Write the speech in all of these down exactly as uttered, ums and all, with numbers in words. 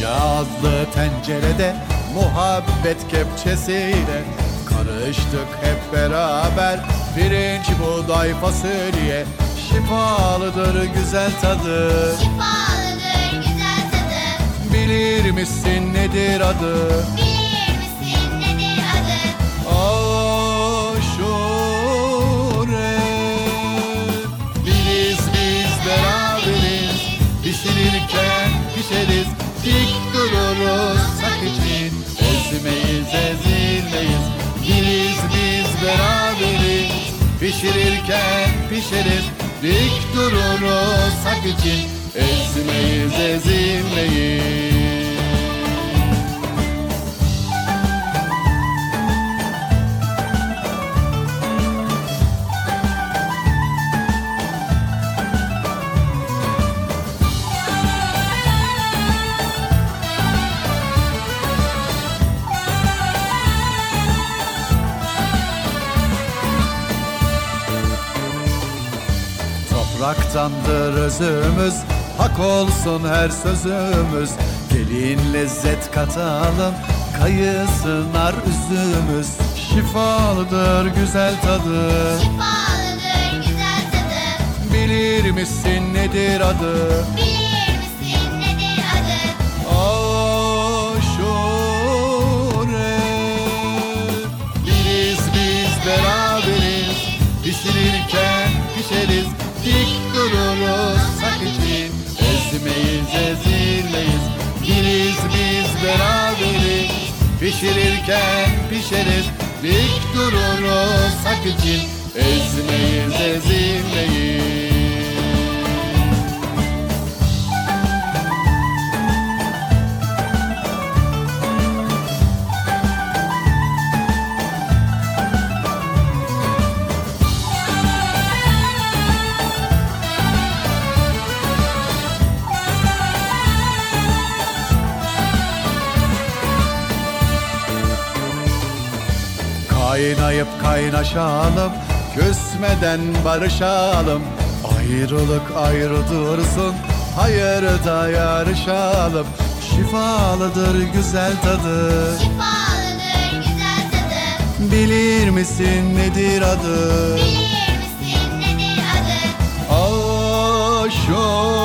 Yağlı tencerede muhabbet kepçesiyle karıştık hep beraber. Pirinç, buğday, fasulye, şifalıdır güzel tadı. Şifalıdır güzel tadı. Bilir misin nedir adı? Bilir misin nedir adı? Aşure. Biriz biz beraberiz, pişirirken pişeriz. Dik dururuz hak için, ezmeyiz ezilmeyiz. Biriz biz beraberiz, pişirirken pişeriz. Dik dururuz hak için, ezmeyiz ezilmeyiz. Topraktandır özümüz, hak olsun her sözümüz. Gelin lezzet katalım, kayısı nar üzümüz. Şifalıdır güzel tadı. Şifalıdır güzel tadı. Bilir misin nedir adı? Bilir misin nedir adı? Aşure. Biriz biz beraberiz, pişirirken pişeriz. Dik dururuz hak için, ezmeyiz ezilmeyiz. Biriz biz beraberiz, pişirirken pişeriz. Dik dururuz hak için, ezmeyiz ezilmeyiz. Kaynayıp kaynaşalım, küsmeden barışalım. Ayrılık ayrı dursun, hayırda yarışalım. Şifalıdır güzel tadı. Şifalıdır güzel tadı. Bilir misin nedir adı? Bilir misin nedir adı? Aşure.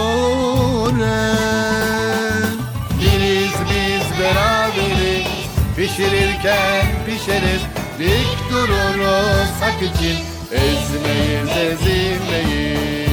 Biriz biz beraberiz, pişirirken pişeriz. Dik dururuz hak için, ezmeyiz ezilmeyiz.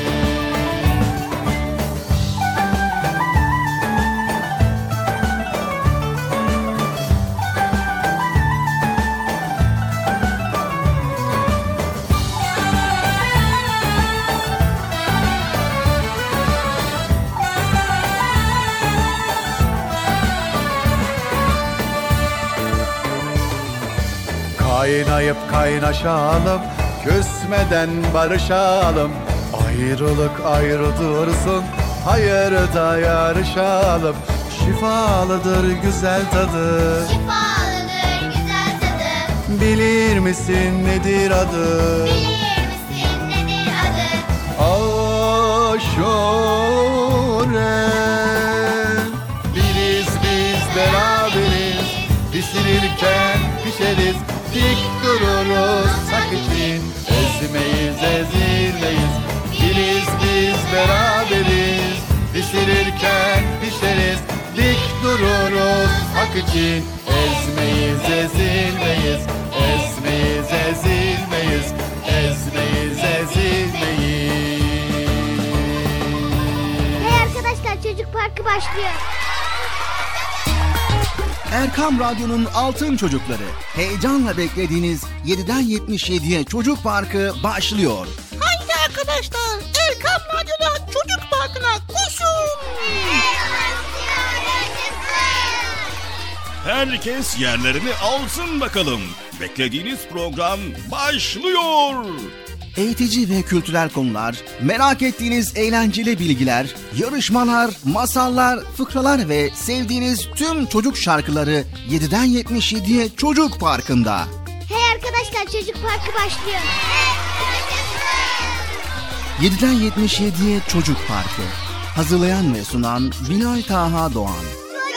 Kaynayıp kaynaşalım, küsmeden barışalım. Ayrılık ayrı dursun, hayırda yarışalım. Şifalıdır güzel tadı. Şifalıdır güzel tadı. Bilir misin nedir adı? Bilir misin nedir adı? Aşure. Biriz biz beraberiz, pişirirken pişeriz. Dik dururuz hak için, ezmeyiz ezilmeyiz. Biriz biz beraberiz, pişirirken pişeriz. Dik dururuz hak için, ezmeyiz ezilmeyiz. Ezmeyiz ezilmeyiz, ezmeyiz ezilmeyiz. Hey arkadaşlar, çocuk parkı başlıyor. Erkam Radyo'nun Altın Çocukları. Heyecanla beklediğiniz yediden yetmiş yediye Çocuk Parkı başlıyor. Haydi arkadaşlar, Erkam Radyo'da Çocuk Parkı'na koşun. Herkes yerlerini alsın bakalım. Beklediğiniz program başlıyor. Eğitici ve kültürel konular, merak ettiğiniz eğlenceli bilgiler, yarışmalar, masallar, fıkralar ve sevdiğiniz tüm çocuk şarkıları yediden yetmiş yediye Çocuk Parkı'nda. Hey arkadaşlar, çocuk parkı başlıyor. yediden yetmiş yediye Çocuk Parkı. Hazırlayan ve sunan Bilal Taha Doğan.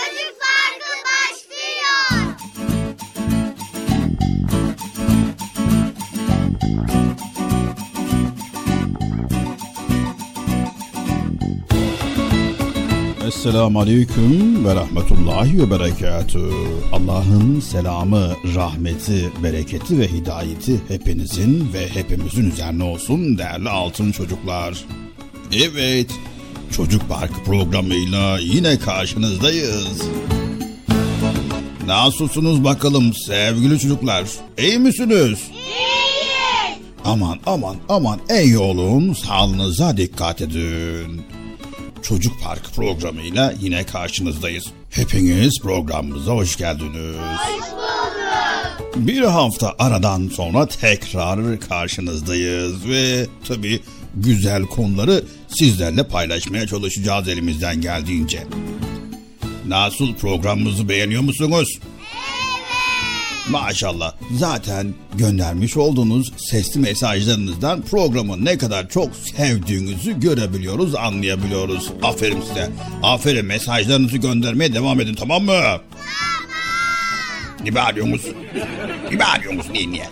Esselamu Aleyküm ve Rahmetullahi ve Berekatühü. Allah'ın selamı, rahmeti, bereketi ve hidayeti hepinizin ve hepimizin üzerine olsun değerli altın çocuklar. Evet, Çocuk Parkı programıyla yine karşınızdayız. Nasılsınız bakalım sevgili çocuklar? İyi misiniz? İyiyiz. Aman aman aman iyi olun, sağlığınıza dikkat edin. Çocuk Parkı programıyla yine karşınızdayız. Hepiniz programımıza hoş geldiniz. Hoş bulduk. Bir hafta aradan sonra tekrar karşınızdayız ve tabii güzel konuları sizlerle paylaşmaya çalışacağız elimizden geldiğince. Nasıl, programımızı beğeniyor musunuz? Maşallah. Zaten göndermiş olduğunuz sesli mesajlarınızdan programı ne kadar çok sevdiğinizi görebiliyoruz, anlayabiliyoruz. Aferin size. Aferin, mesajlarınızı göndermeye devam edin, tamam mı? Tamam. Ne bağırıyorsunuz? Ne bağırıyorsunuz? Niye niye?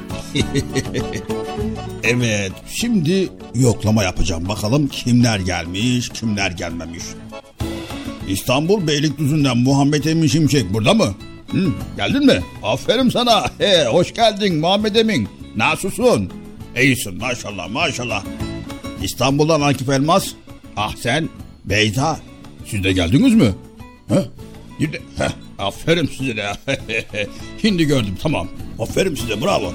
Evet, şimdi yoklama yapacağım. Bakalım kimler gelmiş, kimler gelmemiş. İstanbul Beylikdüzü'nden Muhammed Emin Şimşek burada mı? Hı, geldin mi? Aferin sana. He, hoş geldin Muhammed Emin. Nasılsın? İyisin maşallah maşallah. İstanbul'dan Akif Elmas. Ah sen, Beyza. Siz de geldiniz mi? He? Şimdi, heh, aferin size de. Şimdi gördüm, tamam. Aferin size, bravo.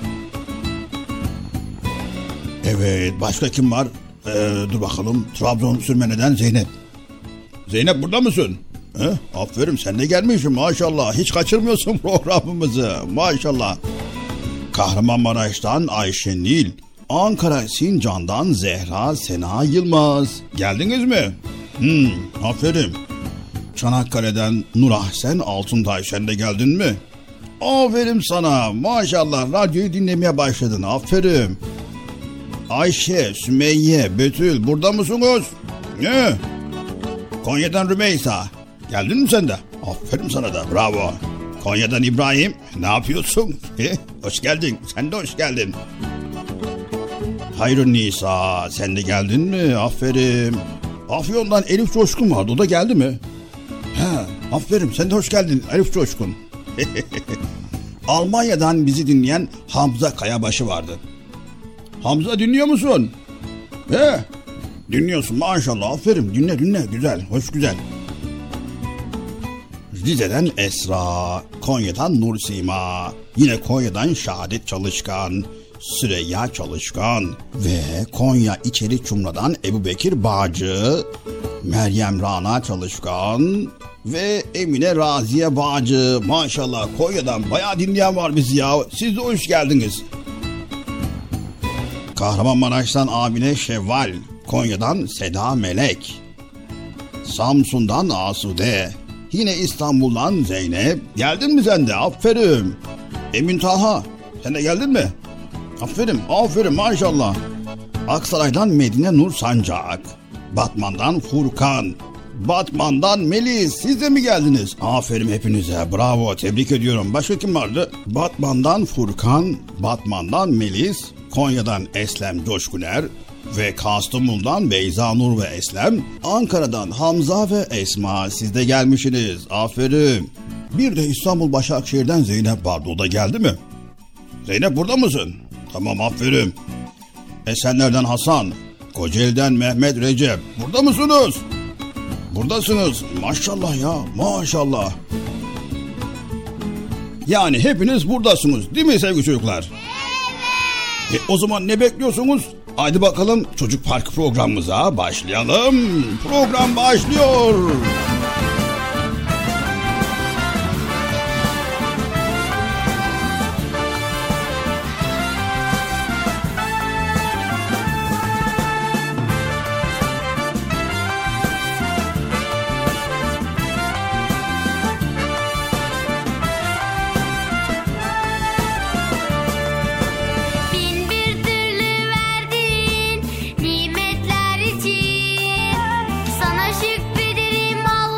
Evet, başka kim var? Ee, dur bakalım. Trabzon Sürmene'den Zeynep. Zeynep burada mısın? He? Aferin, sen de gelmişsin maşallah. Hiç kaçırmıyorsun programımızı maşallah. Kahramanmaraş'tan Ayşe Nil. Ankara Sincan'dan Zehra Sena Yılmaz. Geldiniz mi? Hmm, aferin. Çanakkale'den Nur Ahsen Altuntay, sen de geldin mi? Aferin sana maşallah, radyoyu dinlemeye başladın, aferin. Ayşe, Sümeyye, Betül burada mısınız? Ne? Konya'dan Rümeysa. Geldin mi sen de? Aferin sana da, bravo. Konya'dan İbrahim. Ne yapıyorsun? Hoş geldin. Sen de hoş geldin. Hayrun Nisa. Sen de geldin mi? Aferin. Afyon'dan Elif Coşkun vardı. O da geldi mi? He, aferin. Sen de hoş geldin Elif Coşkun. Almanya'dan bizi dinleyen Hamza Kayabaşı vardı. Hamza, dinliyor musun? He, dinliyorsun maşallah, aferin, dinle dinle, güzel, hoş güzel. Rize'den Esra, Konya'dan Nur Sima, yine Konya'dan Şahadet Çalışkan, Süreyya Çalışkan ve Konya İçeri Çumra'dan Ebu Bekir Bağcı, Meryem Rana Çalışkan ve Emine Raziye Bağcı. Maşallah, Konya'dan bayağı dinleyen var bizi ya. Siz de hoş geldiniz. Kahramanmaraş'tan Amine Şevval, Konya'dan Seda Melek, Samsun'dan Asude, yine İstanbul'dan Zeynep. Geldin mi sen de? Aferin. Emin Taha, sen de geldin mi? Aferin, aferin maşallah. Aksaray'dan Medine Nur Sancak, Batman'dan Furkan, Batman'dan Melis. Siz de mi geldiniz? Aferin hepinize, bravo, tebrik ediyorum. Başka kim vardı? Batman'dan Furkan, Batman'dan Melis, Konya'dan Eslem Coşkuner ve Kastamonu'dan Beyza Nur ve Eslem, Ankara'dan Hamza ve Esma. Siz de gelmişsiniz, aferin. Bir de İstanbul Başakşehir'den Zeynep vardı, o da geldi mi? Zeynep burada mısın? Tamam, aferin. Esenler'den Hasan, Kocaeli'den Mehmet Recep. Burada mısınız? Buradasınız. Maşallah ya, maşallah. Yani hepiniz buradasınız değil mi sevgili çocuklar? Evet. E, o zaman ne bekliyorsunuz? Haydi bakalım Çocuk Parkı programımıza başlayalım. Program başlıyor. Nimetler için sana şükrederim Allah.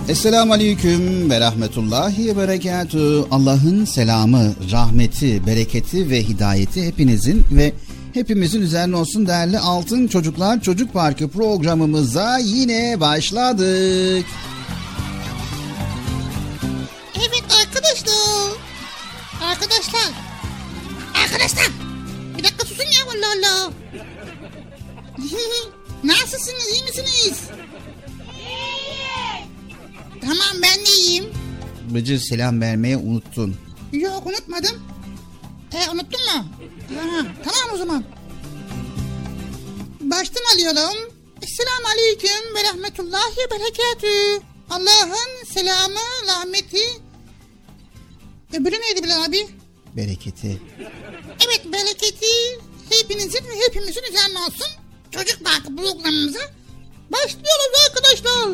Esselamu Aleyküm ve Rahmetullahi ve Berekatuhu. Allah'ın selamı, rahmeti, bereketi ve hidayeti hepinizin ve hepimizin üzerine olsun değerli Altın Çocuklar Çocuk Parkı programımıza yine başladık. Evet arkadaşlar. Arkadaşlar. Arkadaşlar. Bir dakika susun ya vallahi Allah. Nasılsınız, iyi misiniz? İyiyiz. Tamam, ben de iyiyim. Bıcır, selam vermeye unuttun. Yok, unutmadım. E unuttun mu? Ha, tamam o zaman. Baştan alıyorum. Esselamu Aleyküm ve Rahmetullahi ve Berekatühü. Allah'ın selamı, rahmeti. Öbürü neydi Bilal abi? Bereketi. Evet, bereketi hepinizin ve hepimizin üzerine olsun. Çocuk Parkı programımıza başlıyoruz arkadaşlar.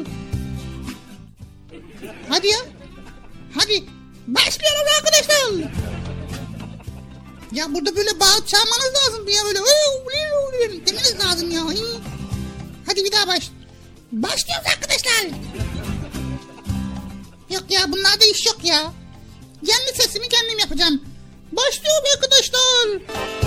Hadi ya. Hadi. Başlıyoruz arkadaşlar. Ya burada böyle bağırıp çağırmanız lazım ya, böyle demeniz lazım ya. Hadi bir daha baş. Başlıyoruz arkadaşlar. Yok ya, bunlarda iş yok ya. Kendi sesimi kendim yapacağım. Başlıyoruz arkadaşlar.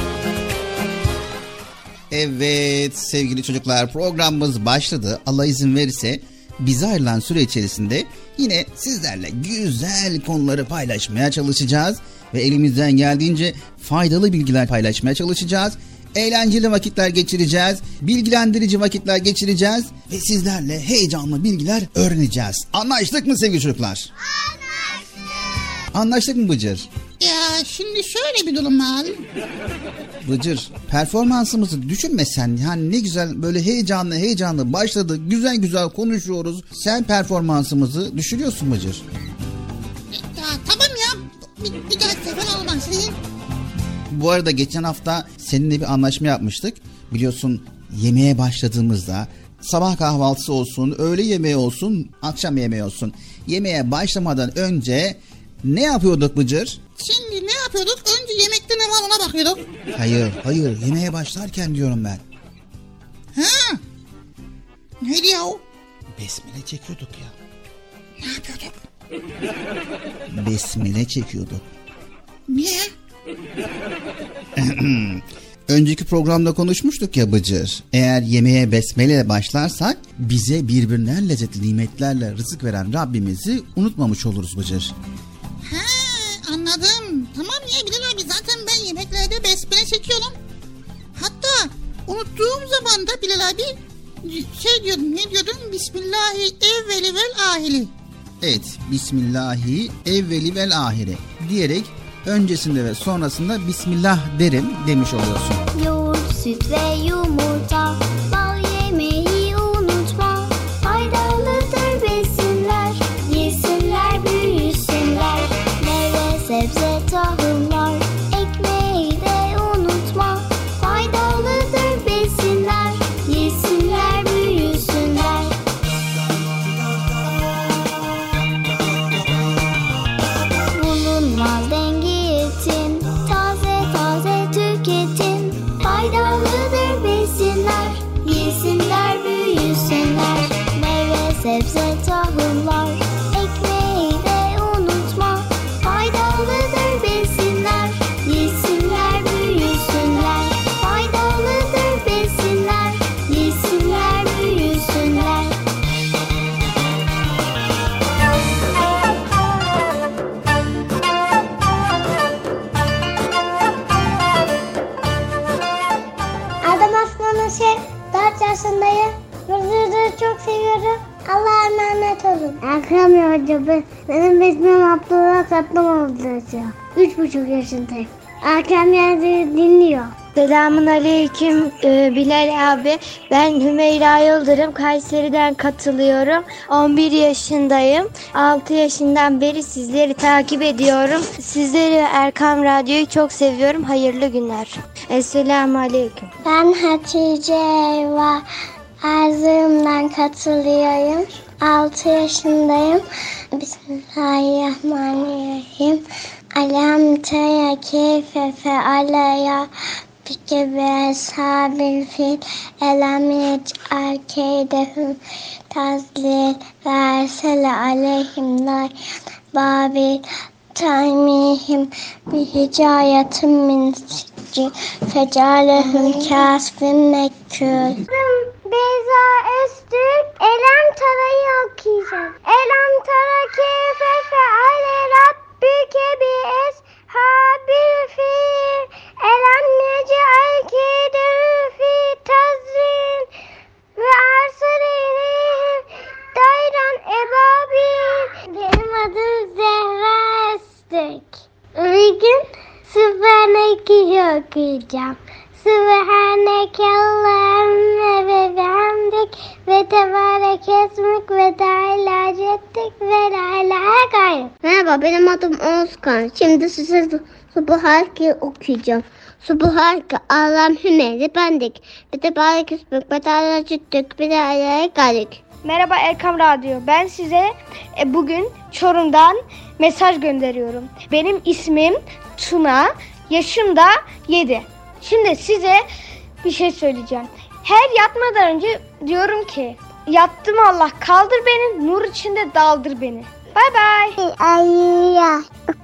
Evet sevgili çocuklar, programımız başladı. Allah izin verirse bize ayrılan süre içerisinde yine sizlerle güzel konuları paylaşmaya çalışacağız. Ve elimizden geldiğince faydalı bilgiler paylaşmaya çalışacağız. Eğlenceli vakitler geçireceğiz. Bilgilendirici vakitler geçireceğiz. Ve sizlerle heyecanlı bilgiler öğreneceğiz. Anlaştık mı sevgili çocuklar? Anlaştık. Anlaştık mı Bıcır? Ya şimdi şöyle bir durum var. Bıcır, performansımızı düşünmesen, yani ne güzel böyle heyecanlı heyecanlı başladı, güzel güzel konuşuyoruz. Sen performansımızı düşürüyorsun Bıcır. Ya tamam ya, bir, bir daha sefer olmaz. Bu arada geçen hafta seninle bir anlaşma yapmıştık. Biliyorsun yemeğe başladığımızda sabah kahvaltısı olsun, öğle yemeği olsun, akşam yemeği olsun. Yemeğe başlamadan önce ne yapıyorduk Bıcır? Şimdi ne yapıyorduk? Önce yemekte ne var ona bakıyorduk. Hayır, hayır. Yemeğe başlarken diyorum ben. Ha? Neydi ya o? Besmele çekiyorduk ya. Ne yapıyorduk? Besmele çekiyorduk. Niye? Önceki programda konuşmuştuk ya Bıcır. Eğer yemeğe besmele başlarsak bize birbirinden lezzetli nimetlerle rızık veren Rabbimizi unutmamış oluruz Bıcır. Ha, anladım. Tamam ya Bilal abi, zaten ben yemeklerde besmele çekiyorum. Hatta unuttuğum zaman da Bilal abi şey diyordum, ne diyordum? Bismillahi evveli vel ahiri. Evet, Bismillahi evveli vel ahire diyerek öncesinde ve sonrasında Bismillah derim demiş oluyorsun. Yoğurt, süt ve yumurta, bal yemeyi unutma. Faydalıdır besinler, yesinler büyüsünler. Meyve, sebze, tahıllar, ekmeği de unutma. Faydalıdır besinler, yesinler büyüsünler. Bulunmaz dengi etin, taze taze tüketin. Faydalıdır besinler, yesinler büyüsünler. Meyve, sebze, tahıllar, ekmeği de unutma. Faydalıdır besinler, yesinler büyüsünler. Faydalıdır besinler, yesinler büyüsünler. Adım Aslan Işık. dört yaşındayım. Hızırları çok seviyorum. Allah'a emanet olun. Ekrem Hoca, ben, benim ismim Abdullah Katlımoğlu Hoca. üç buçuk yaşındayım. Ekrem Hoca dinliyor. Selamun Aleyküm ee, Bilal abi. Ben Hümeyra Yıldırım. Kayseri'den katılıyorum. on bir yaşındayım. altı yaşından beri sizleri takip ediyorum. Sizleri ve Erkam Radyo'yu çok seviyorum. Hayırlı günler. Esselamu Aleyküm. Ben Hatice Eyva. Erzurum'dan katılıyorum. altı yaşındayım. Bismillahirrahmanirrahim. Alam tera keyfe feale Rabbike sabil fil elem yec'al keydehum tazlil ve ersele aleyhim nar babil taymihim bi hicayetin min sicci fecalehum kasfin mekül. Beyza Öztürk Elem Tara'yı okuyacağım. Elem Tara keyfe feale rabbike bi eshabil fil elem nec'al keydehum fi tazlil ve arsalihim dayran ebabil. Benim adım Zehra Öztürk. Bir gün Sübhaneke'yi okuyacağım. Sübhaneke Allahümme ve bihamdik ve tebarek esmik ve dâilâ cettik ve lâ ilâhe gayrı. Merhaba, benim adım Özkan. Şimdi size Sübhaneke okuyacağım. Sübhaneke Allahümme ve bihamdik ve tebarek esmik ve dâilâ cettik ve lâ ilâhe gayrı. Merhaba Erkam Radyo. Ben size e, bugün Çorum'dan mesaj gönderiyorum. Benim ismim Tuna. Yaşım da yedi. Şimdi size bir şey söyleyeceğim. Her yatmadan önce diyorum ki yattım Allah kaldır beni, nur içinde daldır beni. Bay bay. Ayya,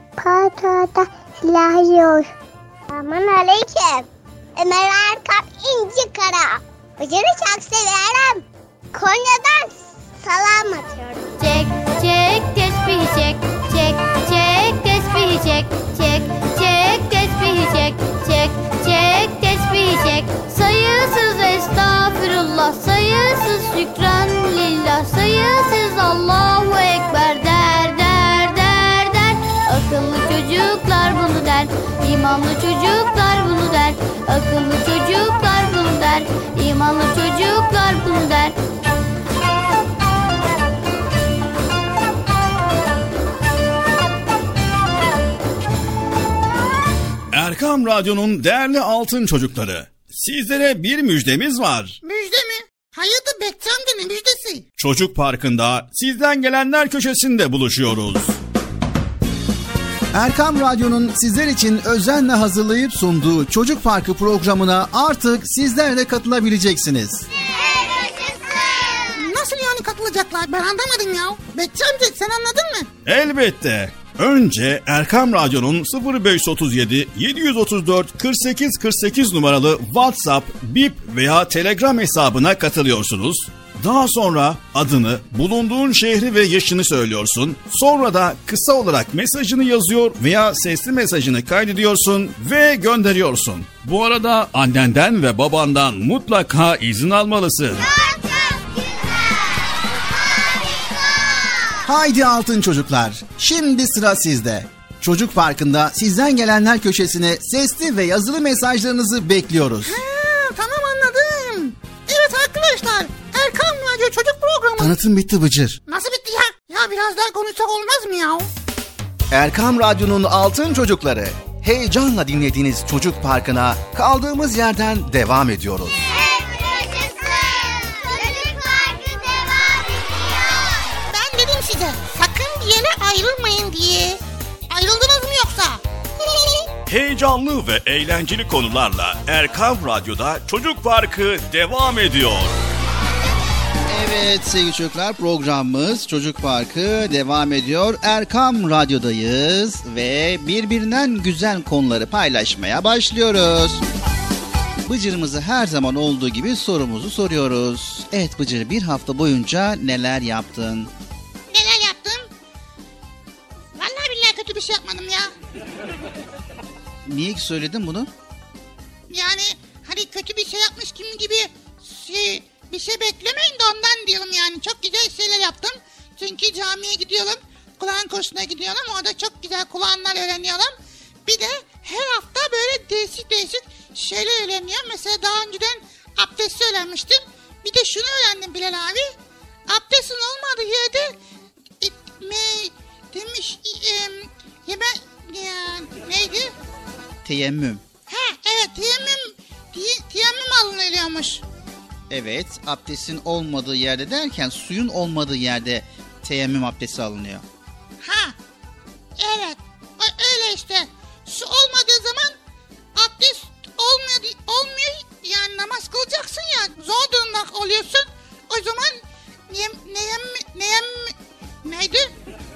patada silahıyor. Aman aleyküm. Ömer Erkam İnci Kara. Hocamı çok severim. Konya'dan salam atıyorum. Çek çek tesbihi çek. Çek çek tesbihi çek. Çek çek tesbihi çek. Çek çek tesbihi çek. Sayısız estağfirullah, sayısız şükran lillah, sayısız Allahu Ekber der der der der. Akıllı çocuklar bunu der, imanlı çocuklar bunu der. Akıllı çocuklar bunu der, imanlı çocuklar bunu der. Erkam Radyo'nun değerli altın çocukları, sizlere bir müjdemiz var. Müjde mi? Hayırdır Bekçi amca, ne müjdesi? Çocuk Parkı'nda sizden gelenler köşesinde buluşuyoruz. Erkam Radyo'nun sizler için özenle hazırlayıp sunduğu Çocuk Parkı programına artık sizler de katılabileceksiniz. Nasıl yani katılacaklar? Ben anlamadım ya. Bekçi amca, sen anladın mı? Elbette. Önce Erkam Radyo'nun sıfır beş otuz yedi yedi otuz dört kırk sekiz kırk sekiz numaralı WhatsApp, Bip veya Telegram hesabına katılıyorsunuz. Daha sonra adını, bulunduğun şehri ve yaşını söylüyorsun. Sonra da kısa olarak mesajını yazıyor veya sesli mesajını kaydediyorsun ve gönderiyorsun. Bu arada annenden ve babandan mutlaka izin almalısın. Haydi altın çocuklar, şimdi sıra sizde. Çocuk Parkı'nda sizden gelenler köşesine sesli ve yazılı mesajlarınızı bekliyoruz. Ha, tamam anladım. Evet arkadaşlar, Erkam Radyo Çocuk Programı. Tanıtım bitti Bıcır. Nasıl bitti ya? Ya biraz daha konuşsak olmaz mı ya? Erkam Radyo'nun altın çocukları, heyecanla dinlediğiniz Çocuk Parkı'na kaldığımız yerden devam ediyoruz. Ben dedim size, sakın bir yere ayrılmayın diye. Ayrıldınız mı yoksa? Heyecanlı ve eğlenceli konularla Erkam Radyo'da Çocuk Parkı devam ediyor. Evet sevgili çocuklar, programımız Çocuk Parkı devam ediyor. Erkam Radyo'dayız ve birbirinden güzel konuları paylaşmaya başlıyoruz. Bıcır'ımızı her zaman olduğu gibi sorumuzu soruyoruz. Evet Bıcır, bir hafta boyunca neler yaptın? Neler yaptım? Vallahi billahi kötü bir şey yapmadım ya. Niye söyledin bunu? Yani hani kötü bir şey yapmış kim gibi şey, bir şey beklemeyin de ondan diyorum yani. Çok güzel şeyler yaptım. Çünkü camiye gidiyorum. Kur'an kursuna gidiyorum. Orada çok güzel Kur'anlar öğreniyorum. Bir de her hafta böyle değişik değişik şeyler öğreniyorum. Mesela daha önceden abdesti öğrenmiştim. Bir de şunu öğrendim Bilal abi. Abdestin olmadığı yerde e, me, demiş e, yeme, ya, neydi? Teyemmüm. Ha evet, teyemmüm teyemmüm alınıyormuş. Evet, abdestin olmadığı yerde derken suyun olmadığı yerde teyemmüm abdesti alınıyor. Ha evet, öyle işte. Su olmadığı zaman abdest olmuyor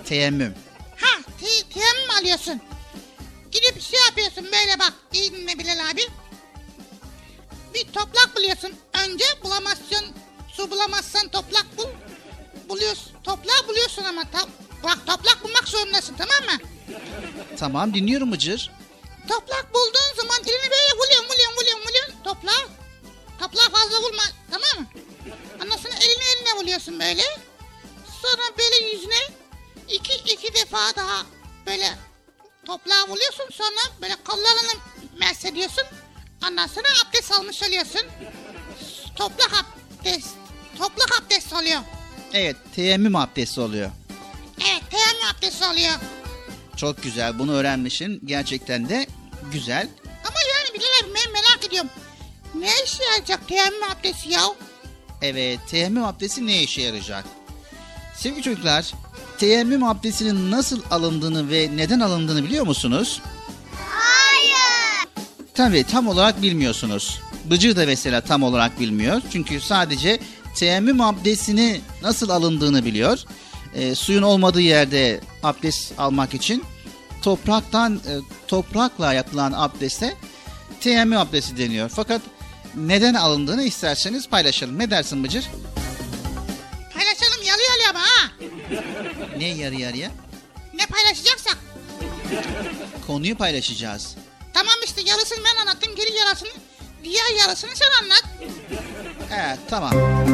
Teyemmüm. Ha te- teyemmüm alıyorsun. Gidip şey yapıyorsun böyle bak. İyi dinle Bilal abi. Bir toprak buluyorsun. Önce bulamazsın. Su bulamazsan toprak bul. Buluyorsun. Toprağı buluyorsun ama. Ta- bak toprak bulmak zorundasın, tamam mı? Tamam, dinliyorum Bıcır. Toprak bulduğun zaman elini böyle vuruyorsun vuruyorsun vuruyorsun vuruyorsun toprağa. Toprağa fazla vurma, tamam mı? Ondan sonra elini eline vuruyorsun böyle. Sonra böyle yüzüne iki iki defa daha böyle toprağa vuruyorsun. Sonra böyle kollarını mersediyorsun. Ondan sonra abdest almış oluyorsun. Toprak abdest. Toprak abdest oluyor. Evet, teyemmüm abdesti oluyor. Evet, teyemmüm abdesti oluyor. Çok güzel, bunu öğrenmişsin. Gerçekten de güzel. Ama yani Bilal abi ben merak ediyorum. Ne işe yarayacak teyemmüm abdesti ya? Evet, teyemmüm abdesti ne işe yarayacak? Sevgili çocuklar, teyemmüm abdestinin nasıl alındığını ve neden alındığını biliyor musunuz? Hayır. Tabii tam olarak bilmiyorsunuz. Bıcır da mesela tam olarak bilmiyor. Çünkü sadece teyemmüm abdestini nasıl alındığını biliyor. E, suyun olmadığı yerde abdest almak için topraktan e, toprakla yapılan abdeste teyemmüm abdesti deniyor. Fakat neden alındığını isterseniz paylaşalım. Ne dersin Bıcır? Paylaşalım yalı yalı ama ha. Ne yarı yarıya? Ne paylaşacaksak. Konuyu paylaşacağız. Tamam işte yarısını ben anlattım, geri yarısını, diğer yarısını sen anlat. Evet, tamam.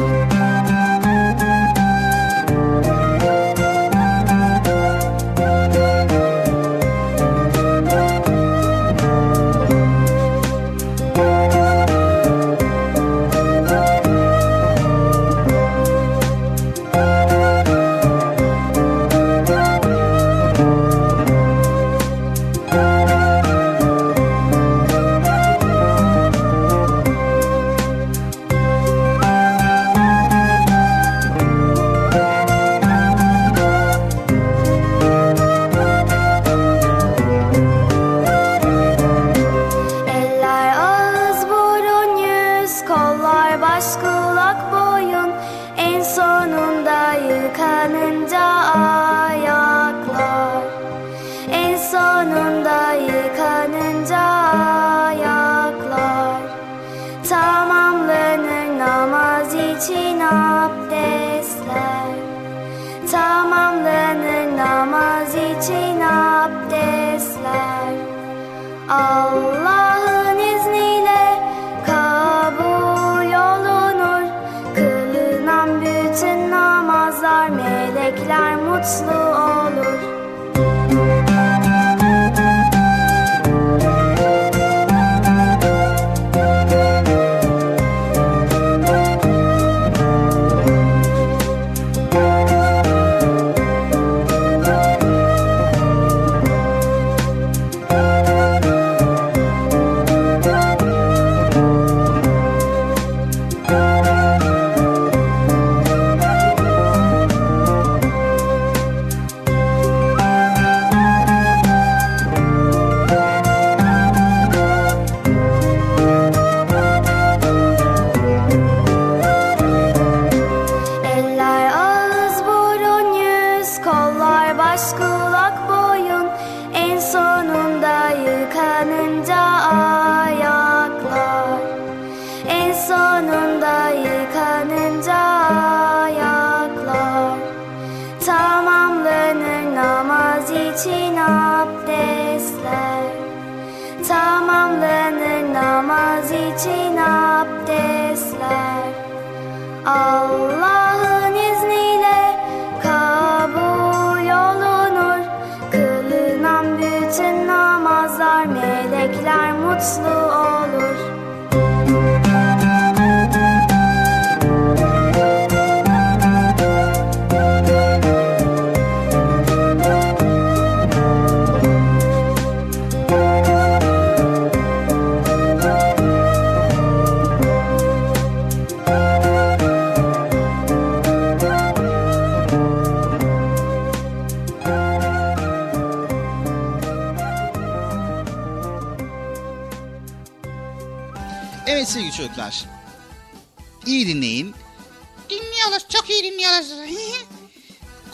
Eller, ağız, burun, yüz, kollar, baş, kulak, boyun. En sonunda yıkanınca ayaklar. En sonunda yıkanınca ayaklar. Tamamlanır namaz için abdestler. Tamamlanır namaz için abdestler. Allah'ın izniyle kabul olunur. Kılınan bütün namazlar, melekler mutlu olur. Eller, ağız, burun, yüz, kollar, baş, kulak, boyun. En sonunda yıkanınca ayaklar. En sonunda yıkanınca ayaklar. Tamamlanır namaz için abdestler. Tamamlanır namaz için abdestler. Allah'ın izniyle kabul olunur. Kılınan bütün namazlar, melekler mutlu olur. Evet sevgili çocuklar. İyi dinleyin. Dinliyoruz, çok iyi dinliyoruz.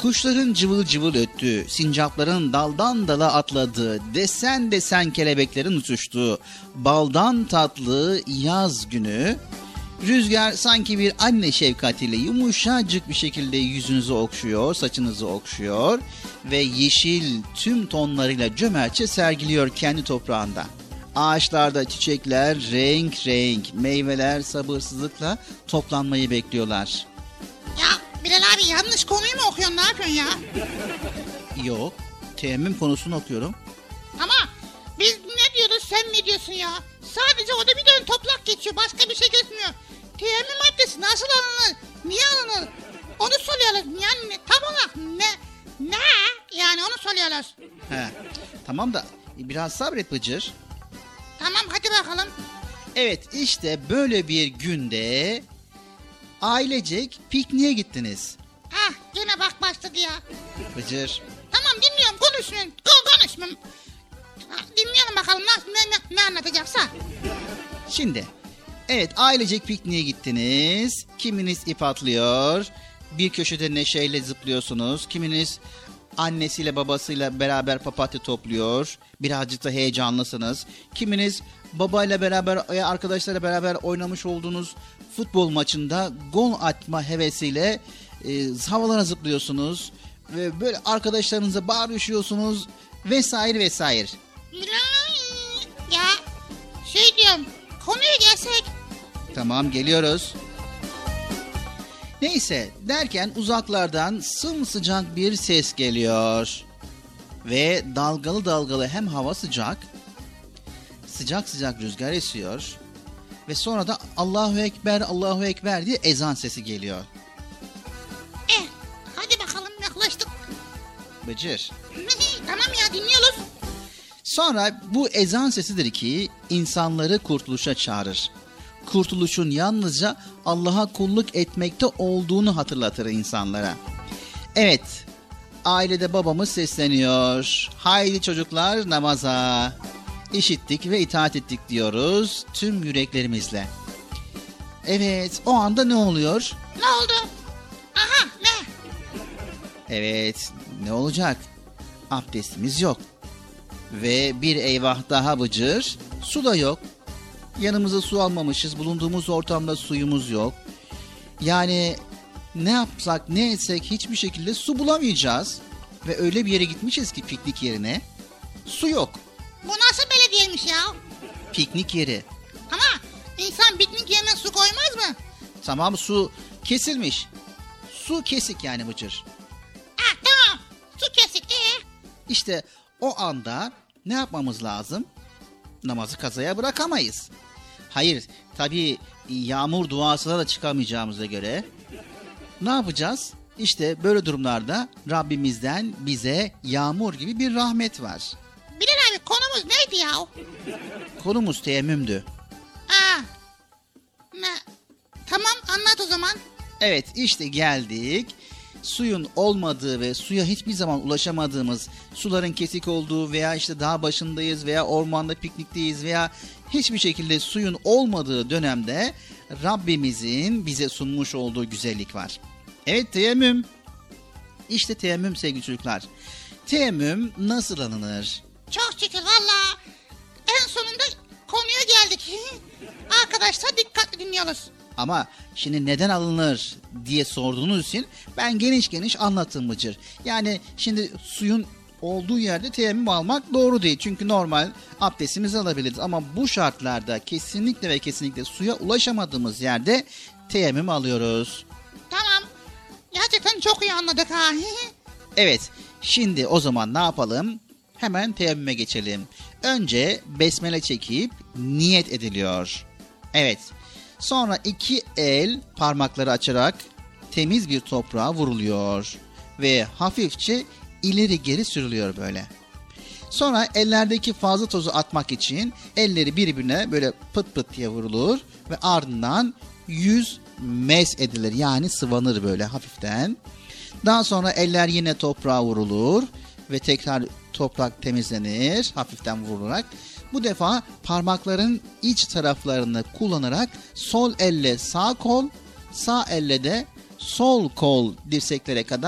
Kuşların cıvıl cıvıl öttüğü, sincapların daldan dala atladığı, desen desen kelebeklerin uçuştuğu, baldan tatlı yaz günü, rüzgar sanki bir anne şefkatiyle yumuşacık bir şekilde yüzünüzü okşuyor, saçınızı okşuyor ve yeşil tüm tonlarıyla cömertçe sergiliyor kendi toprağında. Ağaçlarda çiçekler renk renk, meyveler sabırsızlıkla toplanmayı bekliyorlar. Ya Bilal abi yanlış konuyu mu okuyorsun, ne yapıyorsun ya? Yok, teyemmüm konusunu okuyorum. Ama biz ne diyoruz, sen ne diyorsun ya? Sadece orada bir dön toprak geçiyor, başka bir şey geçmiyor. Teyemmüm maddesi nasıl alınır, niye alınır? Onu soruyoruz. Yani tam olarak ne, ne? Yani onu soruyoruz. He, tamam da biraz sabret Bıcır. Tamam hadi bakalım. Evet, işte böyle bir günde ailecek pikniğe gittiniz. Hah yine bak başladı ya. Bıcır. Tamam dinliyorum, konuşmayın. Ko- konuşmayın. Ha, dinleyelim bakalım nasıl, ne, ne, ne anlatacaksa. Şimdi, evet ailecek pikniğe gittiniz. Kiminiz ip atlıyor, bir köşede neşeyle zıplıyorsunuz. Kiminiz annesiyle babasıyla beraber papatya topluyor. Birazcık da heyecanlısınız. Kiminiz babayla beraber, arkadaşlarla beraber oynamış olduğunuz futbol maçında gol atma hevesiyle e, havalara zıplıyorsunuz. Ve böyle arkadaşlarınıza bağırışıyorsunuz vesaire vesaire. Ya şey diyorum, konuya gelsek. Tamam, geliyoruz. Neyse derken uzaklardan sımsıcak bir ses geliyor. Ve dalgalı dalgalı hem hava sıcak, sıcak sıcak rüzgar esiyor. Ve sonra da Allahu Ekber, Allahu Ekber diye ezan sesi geliyor. Eh hadi bakalım, yaklaştık. Bıcır. Tamam ya, dinliyoruz. Sonra bu ezan sesidir ki insanları kurtuluşa çağırır. Kurtuluşun yalnızca Allah'a kulluk etmekte olduğunu hatırlatır insanlara. Evet, ailede babamız sesleniyor. Haydi çocuklar namaza. İşittik ve itaat ettik diyoruz tüm yüreklerimizle. Evet, o anda ne oluyor? Ne oldu? Aha ne? Evet, ne olacak? Abdestimiz yok. Ve bir eyvah daha Bıcır, su da yok. Yanımıza su almamışız, bulunduğumuz ortamda suyumuz yok. Yani ne yapsak ne etsek hiçbir şekilde su bulamayacağız. Ve öyle bir yere gitmişiz ki piknik yerine, su yok. Bu nasıl belediyeymiş ya? Piknik yeri. Ama insan piknik yerine su koymaz mı? Tamam, su kesilmiş. Su kesik yani Bıcır. Ah tamam, su kesik. Ee? İşte o anda ne yapmamız lazım? Namazı kazaya bırakamayız. Hayır, tabii yağmur duasına da çıkamayacağımıza göre ne yapacağız? İşte böyle durumlarda Rabbimizden bize yağmur gibi bir rahmet var. Bilal abi konumuz neydi ya? Konumuz teyemmümdü. Aa, ne? Tamam anlat o zaman. Evet, işte geldik. Suyun olmadığı ve suya hiçbir zaman ulaşamadığımız, suların kesik olduğu veya işte dağ başındayız veya ormanda piknikteyiz veya hiçbir şekilde suyun olmadığı dönemde Rabbimizin bize sunmuş olduğu güzellik var. Evet, teyemmüm. İşte teyemmüm sevgili çocuklar. Teyemmüm nasıl alınır? Çok şükür valla. En sonunda konuya geldik. Arkadaşlar dikkatli dinliyoruz. Ama şimdi neden alınır diye sorduğunuz için ben geniş geniş anlattım Bıcır. Yani şimdi suyun olduğu yerde teyemmüm almak doğru değil. Çünkü normal abdestimizi alabiliriz. Ama bu şartlarda kesinlikle ve kesinlikle suya ulaşamadığımız yerde teyemmüm alıyoruz. Tamam. Gerçekten çok iyi anladık ha. Evet, şimdi o zaman ne yapalım? Hemen teyemmüme geçelim. Önce besmele çekip niyet ediliyor. Evet. Sonra iki el parmakları açarak temiz bir toprağa vuruluyor ve hafifçe ileri geri sürülüyor böyle. Sonra ellerdeki fazla tozu atmak için elleri birbirine böyle pıt pıt diye vurulur ve ardından yüz mes edilir, yani sıvanır böyle hafiften. Daha sonra eller yine toprağa vurulur ve tekrar toprak temizlenir hafiften vurularak. Bu defa parmakların iç taraflarını kullanarak sol elle sağ kol, sağ elle de sol kol dirseklere kadar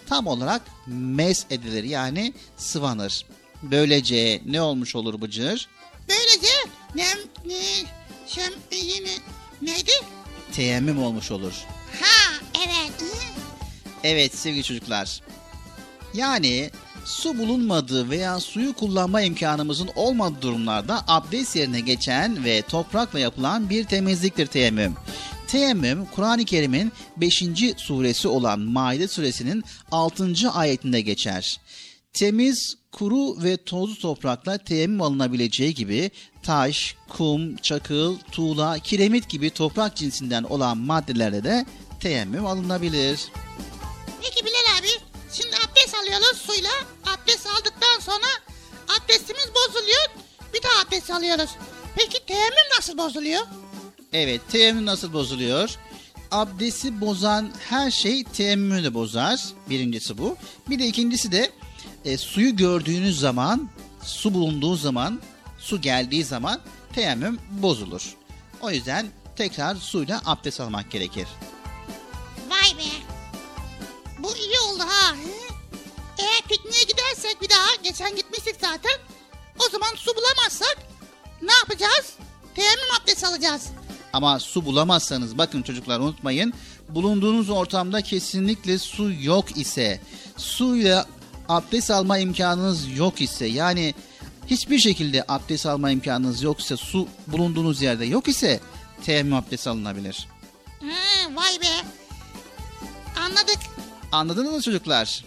tam olarak mes edilir yani sıvanır. Böylece ne olmuş olur Bıcır? Böylece nem ne şem yine neydi? Teyemmüm olmuş olur. Ha evet. Evet sevgili çocuklar. Yani su bulunmadığı veya suyu kullanma imkanımızın olmadığı durumlarda abdest yerine geçen ve toprakla yapılan bir temizliktir teyemmüm. Teyemmüm, Kur'an-ı Kerim'in beşinci suresi olan Maide suresinin altıncı ayetinde geçer. Temiz, kuru ve tozlu toprakla teyemmüm alınabileceği gibi taş, kum, çakıl, tuğla, kiremit gibi toprak cinsinden olan maddelerde de teyemmüm alınabilir. Peki Bilal abi, şimdi abdest alıyoruz suyla. Abdest aldıktan sonra abdestimiz bozuluyor. Bir daha abdest alıyoruz. Peki teyemmüm nasıl bozuluyor? Evet, teyemmüm nasıl bozuluyor? Abdesti bozan her şey teyemmümü de bozar. Birincisi bu. Bir de ikincisi de e, suyu gördüğünüz zaman, su bulunduğu zaman, su geldiği zaman teyemmüm bozulur. O yüzden tekrar suyla abdest almak gerekir. Vay be. Bu iyi oldu ha. Eğer pikniğe gidersek bir daha, geçen gitmiştik zaten. O zaman su bulamazsak ne yapacağız? Teyemmüm abdesti alacağız. Ama su bulamazsanız bakın çocuklar unutmayın. Bulunduğunuz ortamda kesinlikle su yok ise, suyla abdest alma imkanınız yok ise, yani hiçbir şekilde abdest alma imkanınız yok ise, su bulunduğunuz yerde yok ise teyemmüm abdesti alınabilir. Ha, vay be. Anladık. Anladınız mı çocuklar?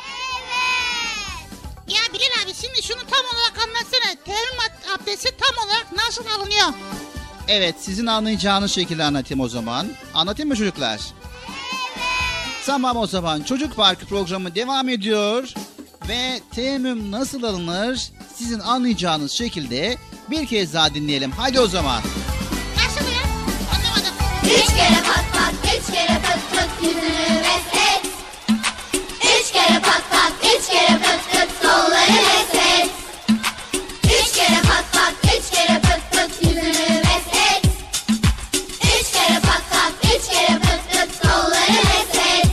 Ya Bilal abi şimdi şunu tam olarak anlatsana. Teyemmüm abdesti tam olarak nasıl alınıyor? Evet, sizin anlayacağınız şekilde anlatayım o zaman. Anlatayım mı çocuklar? Evet. Tamam o zaman. Çocuk Parkı programı devam ediyor. Ve teyemmüm nasıl alınır? Sizin anlayacağınız şekilde bir kez daha dinleyelim. Hadi o zaman. Nasıl ya? Anlamadım. Üç kere pat pat, üç kere pıt pıt yüzünü meslet. Üç kere pat pat, üç kere pıt pıt kolları meslet. Üç kere pat pat, üç kere pıt pıt yüzünü meslet. Üç kere pat pat, üç kere pıt pıt kolları meslet.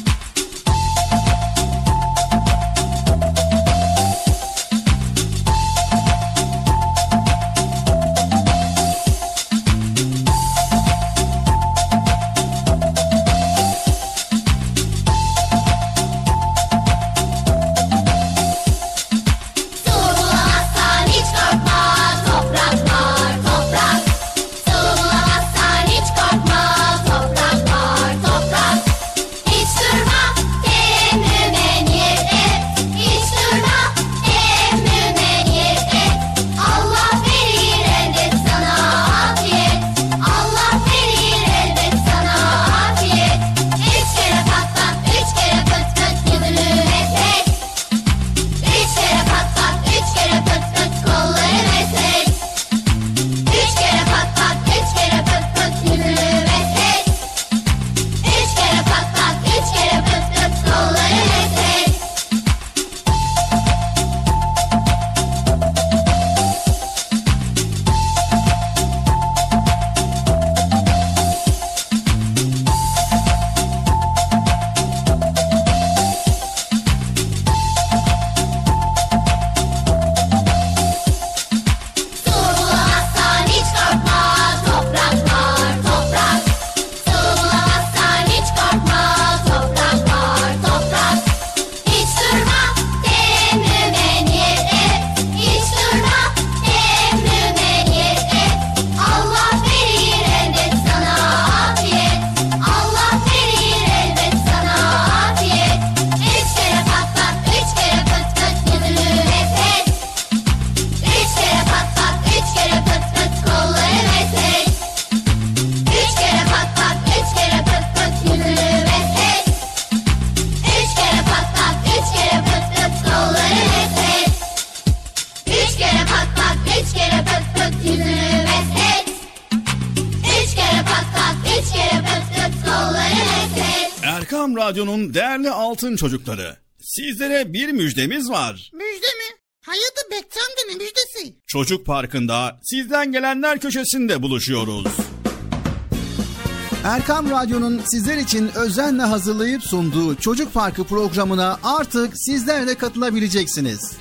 Erkam Radyo'nun değerli altın çocukları, sizlere bir müjdemiz var. Müjde mi? Hayırdır Bekçi amca, ne müjdesi? Çocuk Parkı'nda sizden gelenler köşesinde buluşuyoruz. Erkam Radyo'nun sizler için özenle hazırlayıp sunduğu Çocuk Parkı programına artık sizler de katılabileceksiniz.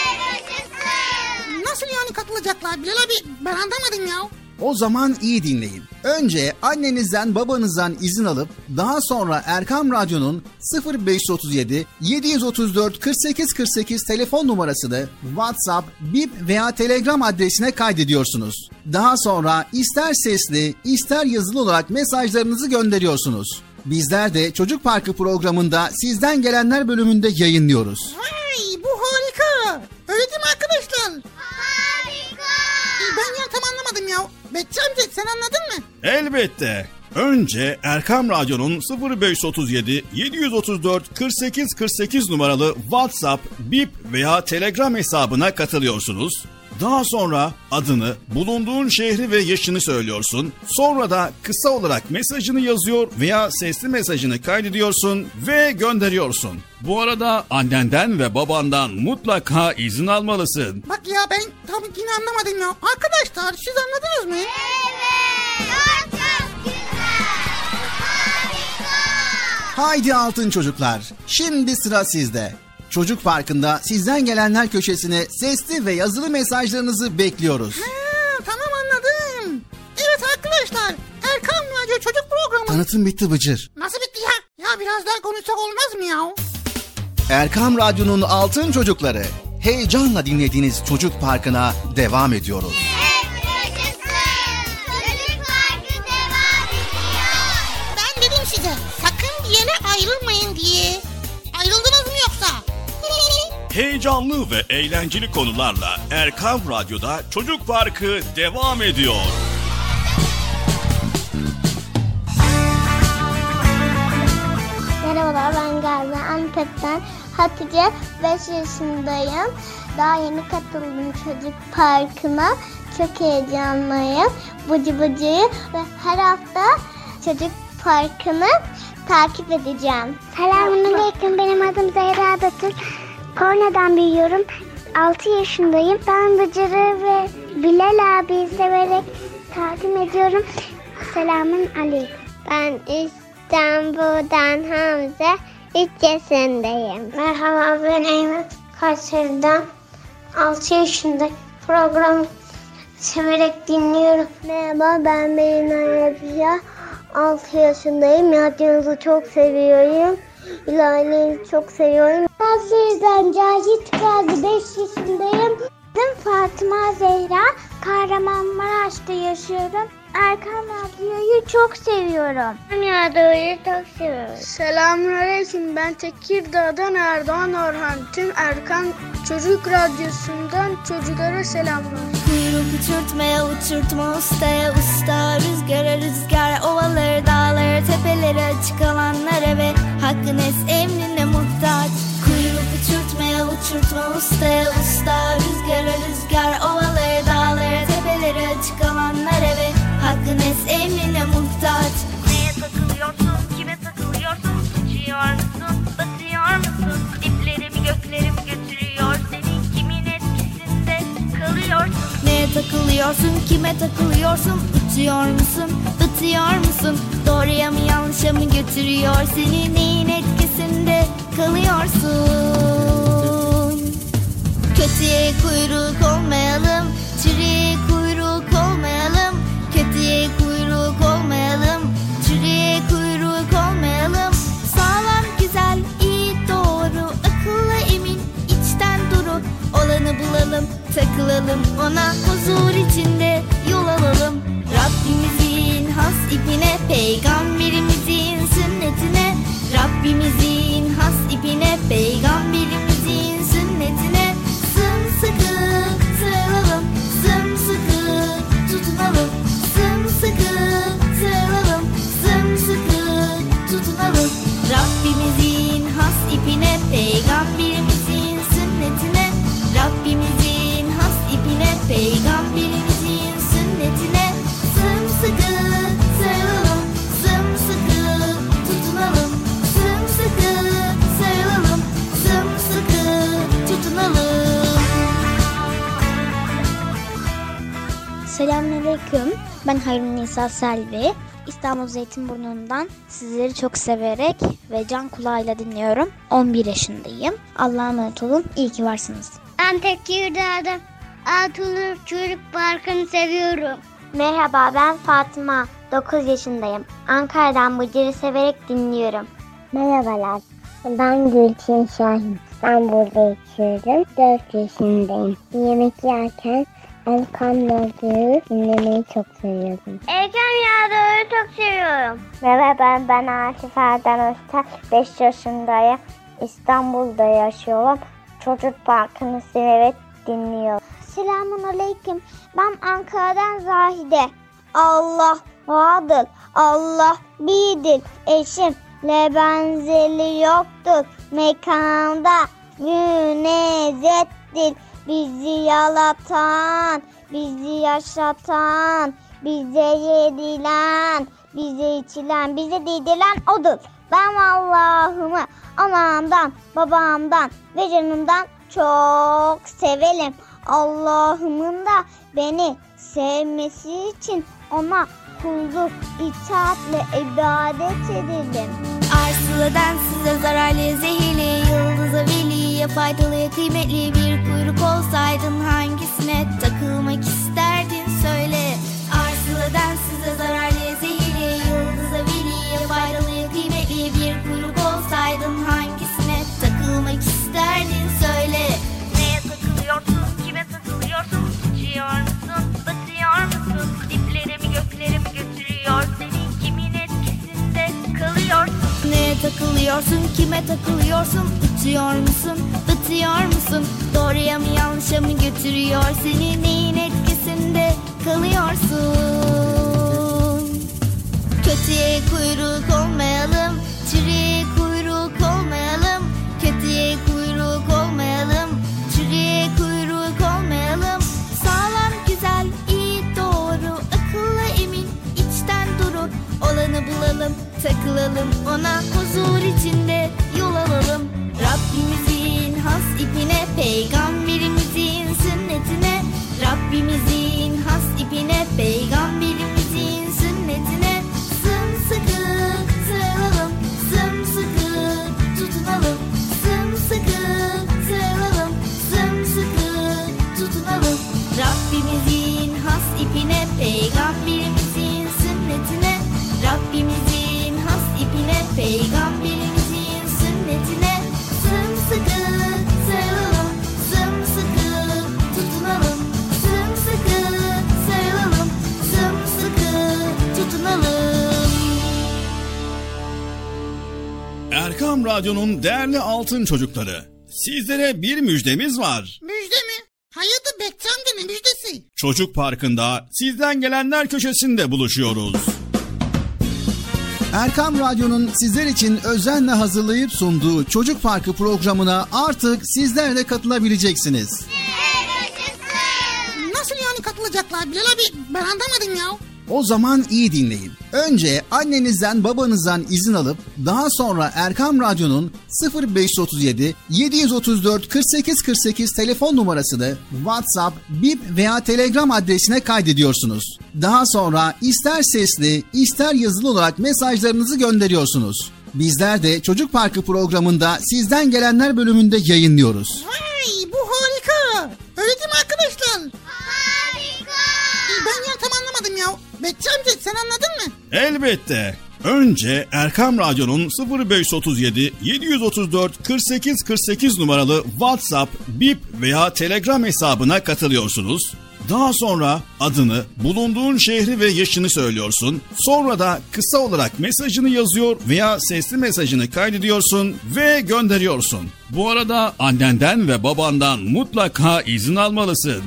Nasıl yani katılacaklar Bilal abi? Ben anlamadım ya. O zaman iyi dinleyin. Önce annenizden babanızdan izin alıp daha sonra Erkam Radyo'nun sıfır beş otuz yedi yedi otuz dört kırk sekiz kırk sekiz telefon numarasını WhatsApp, Bip veya Telegram adresine kaydediyorsunuz. Daha sonra ister sesli ister yazılı olarak mesajlarınızı gönderiyorsunuz. Bizler de Çocuk Parkı programında sizden gelenler bölümünde yayınlıyoruz. Vay, bu harika. Öyle değil mi arkadaşlar? Harika. Ben ya tam anlamadım ya. Betçi amca sen anladın mı? Elbette. Önce Erkam Radyo'nun sıfır beş otuz yedi yedi otuz dört kırk sekiz kırk sekiz numaralı WhatsApp, Bip veya Telegram hesabına katılıyorsunuz. Daha sonra adını, bulunduğun şehri ve yaşını söylüyorsun. Sonra da kısa olarak mesajını yazıyor veya sesli mesajını kaydediyorsun ve gönderiyorsun. Bu arada annenden ve babandan mutlaka izin almalısın. Bak ya ben tam yine anlamadım ya. Arkadaşlar siz anladınız mı? Evet. Çok güzel. Harika. Haydi altın çocuklar, şimdi sıra sizde. Çocuk Parkı'nda sizden gelenler köşesine sesli ve yazılı mesajlarınızı bekliyoruz. Ha, tamam anladım. Evet arkadaşlar, Erkam Radyo Çocuk Programı. Tanıtım bitti Bıcır. Nasıl bitti ya? Ya biraz daha konuşsak olmaz mı ya? Erkam Radyo'nun altın çocukları, heyecanla dinlediğiniz Çocuk Parkı'na devam ediyoruz. Çocuk Parkı devam ediyor. Ben dedim size, sakın bir yere ayrılmayın diye. Ayrıldınız mı yoksa? Heyecanlı ve eğlenceli konularla Erkam Radyo'da Çocuk Parkı devam ediyor. Merhabalar, ben Gazi Antep'ten Hatice, beş yaşındayım. Daha yeni katıldım Çocuk Parkı'na. Çok heyecanlıyım. Bıcı bıcıyı ve her hafta Çocuk Parkı'nı takip edeceğim. Selamünaleyküm, benim adım Zehra Betül. Korna'dan büyüyorum. altı yaşındayım. Ben Bıcır'ı ve Bilal abiyi severek takip ediyorum. Selamun aleyküm. Ben İstanbul'dan Hamza, üç yaşındayım. Merhaba, ben Eymen, Kayseri'den altı yaşındayım. Programı severek dinliyorum. Merhaba, ben Melina Rabia, altı yaşındayım. Radyonuzu çok seviyorum. İlahi'yi çok seviyorum. Kayseri'den Cahit Gazi, beş yaşındayım. Ben Fatıma Zehra, Kahramanmaraş'ta yaşıyorum. Erkam Radyo'yu çok seviyorum. Ben Radyo'yu çok seviyorum. Selamünaleyküm. Ben Tekirdağ'dan Erdoğan Orhan. Tüm Erkam Çocuk Radyosu'ndan çocuklara selamlar. Kuyruk uçurtmaya uçurtma ustaya usta, rüzgara rüzgar, ovaları dağları tepeleri açık alanlara ve hakkın es emrine muhtaç. Kuyruk uçurtmaya uçurtma ustaya usta, rüzgara rüzgar, ovaları dağları tepeleri açık alanlara ve hakkın es emrine muhtaç. Neye takılıyorsun, kime takılıyorsun, uçuyor musun, batıyor musun, diplerimi göklerimi götürüyor, senin kimin etkisinde kalıyorsun. Neye takılıyorsun, kime takılıyorsun, uçuyor musun, batıyor musun, doğruya mı yanlışa mı götürüyor, seni neyin etkisinde kalıyorsun. Kötüye kuyruk olmayalım, çürüye kuyruk olmayalım, kötüye kuyruk olmayalım, çürüye kuyruk olmayalım. Sağlam, güzel, iyi, doğru, akıllı, emin, içten duru olanı bulalım, takılalım ona, huzur içinde yol alalım. Rabbimizin has ipine, peygamberimizin sünnetine, Rabbimizin has ipine, peygamberimizin sünnetine sımsıkı sarılalım, sımsıkı tutunalım, sımsıkı sarılalım, sımsıkı tutunalım. Rabbimizin has ipine, peygamberimizin sünnetine, Rabbimizin has ipine, peygamberimizin sünnetine sımsıkı sarılalım, sımsıkı tutunalım, sımsıkı sarılalım, sımsıkı tutunalım. Selamünaleyküm. Ben Hayrun Nisa Selvi. İstanbul Zeytinburnu'ndan sizleri çok severek ve can kulağıyla dinliyorum. on bir yaşındayım. Allah'a emanet olun. İyi ki varsınız. Ben Tekirdağ'da Atulur Çocuk Parkı'nı seviyorum. Merhaba, ben Fatıma. dokuz yaşındayım. Ankara'dan Bıcır'ı severek dinliyorum. Merhabalar. Ben Gülçin Şahin. Ben burada yaşıyorum. dört yaşındayım. Yemek yerken Erkam Radyo'yu dinlemeyi çok seviyorum. Erkam Radyo'yu çok seviyorum. Merhaba, ben Asif Erden Öztürk. beş yaşındayım. İstanbul'da yaşıyorum. Çocuk Parkı'nı severek dinliyorum. Selamun Aleyküm. Ben Ankara'dan Zahide. Allah vardır. Allah birdir. Eşimle benzeri yoktur. Mekanda münezzehtir. Bizi yaratan, bizi yaşatan, bize yedilen, bize içilen, bize diydilen odur. Ben Allah'ımı anamdan, babamdan ve canımdan çok severim. Allah'ımın da beni sevmesi için ona kulluk, itaatle ibadet edelim. Arsılıdan size zararlı, zehirli, yıldıza veliye faydalı, kıymetli bir kuyruk olsaydın hangisine takılmak isterdin söyle. Arsılıdan size zararlı, zehirli, yıldıza veliye faydalı, kıymetli bir kuyruk olsaydın hangisine takılmak isterdin söyle. Neye takılıyorsun, kime takılıyorsun, uçuyor musun, batıyor musun, dipleri mi gökleri mi götürüyor seni, kimin etkisinde kalıyorsun. Neye takılıyorsun, kime takılıyorsun, uçuyor musun, batıyor musun, doğruya mı yanlışa mı götürüyor seni, neyin etkisinde kalıyorsun. Kötüye kuyruk olmayalım, çürüye kuyruk olmayalım, kötüye kuyruk olmayalım, çürüye kuyruk olmayalım. Sağlam, güzel, iyi, doğru, akıllı, emin, içten duru olanı bulalım, takılalım ona, huzur içinde yol alalım. Rabbimizin has ipine, peygamberimizin sünnetine, Rabbimizin has ipine, peygamberimizin sünnetine sımsıkı sarılalım, sımsıkı tutunalım, sımsıkı sarılalım, sımsıkı tutunalım. Rabbimizin has ipine, peygamberimizin sünnetine, Rabbimizin has ipine, peygamberimizin sünnetine sımsıkı sarılalım, sımsıkı tutunalım, sımsıkı sarılalım, sımsıkı tutunalım. Erkam Radyo'nun değerli altın çocukları, sizlere bir müjdemiz var. Müjde mi? Hayırdır Bekçi amca, ne müjdesi? Çocuk Parkı'nda sizden gelenler köşesinde buluşuyoruz. Erkam Radyo'nun sizler için özenle hazırlayıp sunduğu Çocuk Parkı programına artık sizler de katılabileceksiniz. Nasıl yani katılacaklar Bilal abi? Ben anlamadım ya. O zaman iyi dinleyin. Önce annenizden babanızdan izin alıp daha sonra Erkam Radyo'nun sıfır beş otuz yedi yedi otuz dört kırk sekiz kırk sekiz telefon numarasını WhatsApp, Bip veya Telegram adresine kaydediyorsunuz. Daha sonra ister sesli ister yazılı olarak mesajlarınızı gönderiyorsunuz. Bizler de Çocuk Parkı programında sizden gelenler bölümünde yayınlıyoruz. Vay, bu harika. Öyle değil mi arkadaşlar? Harika. Ben ya tam anlamadım ya. Bekçi amca sen anladın mı? Elbette. Önce Erkam Radyo'nun sıfır beş otuz yedi yedi otuz dört kırk sekiz kırk sekiz numaralı WhatsApp, Bip veya Telegram hesabına katılıyorsunuz. Daha sonra adını, bulunduğun şehri ve yaşını söylüyorsun. Sonra da kısa olarak mesajını yazıyor veya sesli mesajını kaydediyorsun ve gönderiyorsun. Bu arada annenden ve babandan mutlaka izin almalısın.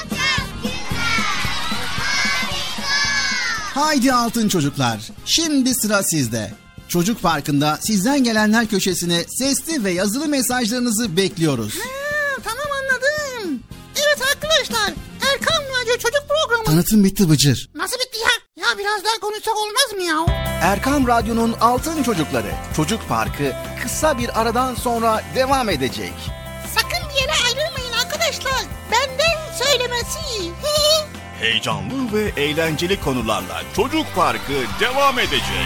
Haydi altın çocuklar, şimdi sıra sizde. Çocuk Parkı'nda sizden gelenler köşesine sesli ve yazılı mesajlarınızı bekliyoruz. Ha, tamam anladım. Evet arkadaşlar, Erkam Radyo Çocuk Programı. Tanıtım bitti Bıcır. Nasıl bitti ya? Ya biraz daha konuşsak olmaz mı ya? Erkam Radyo'nun altın çocukları Çocuk Parkı kısa bir aradan sonra devam edecek. Sakın bir yere ayrılmayın arkadaşlar. Benden söylemesi. Heyecanlı ve eğlenceli konularla Çocuk Parkı devam edecek.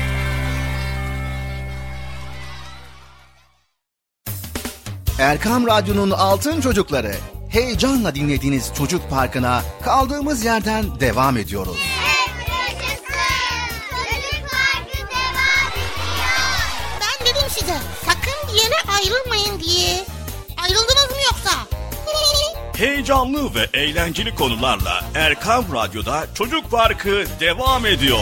Erkam Radyo'nun Altın Çocukları, heyecanla dinlediğiniz Çocuk Parkı'na kaldığımız yerden devam ediyoruz. Ben dedim size sakın bir yere ayrılmayın diye. Ayrıldınız mı yoksa? Heyecanlı ve eğlenceli konularla Erkam Radyo'da Çocuk Parkı devam ediyor.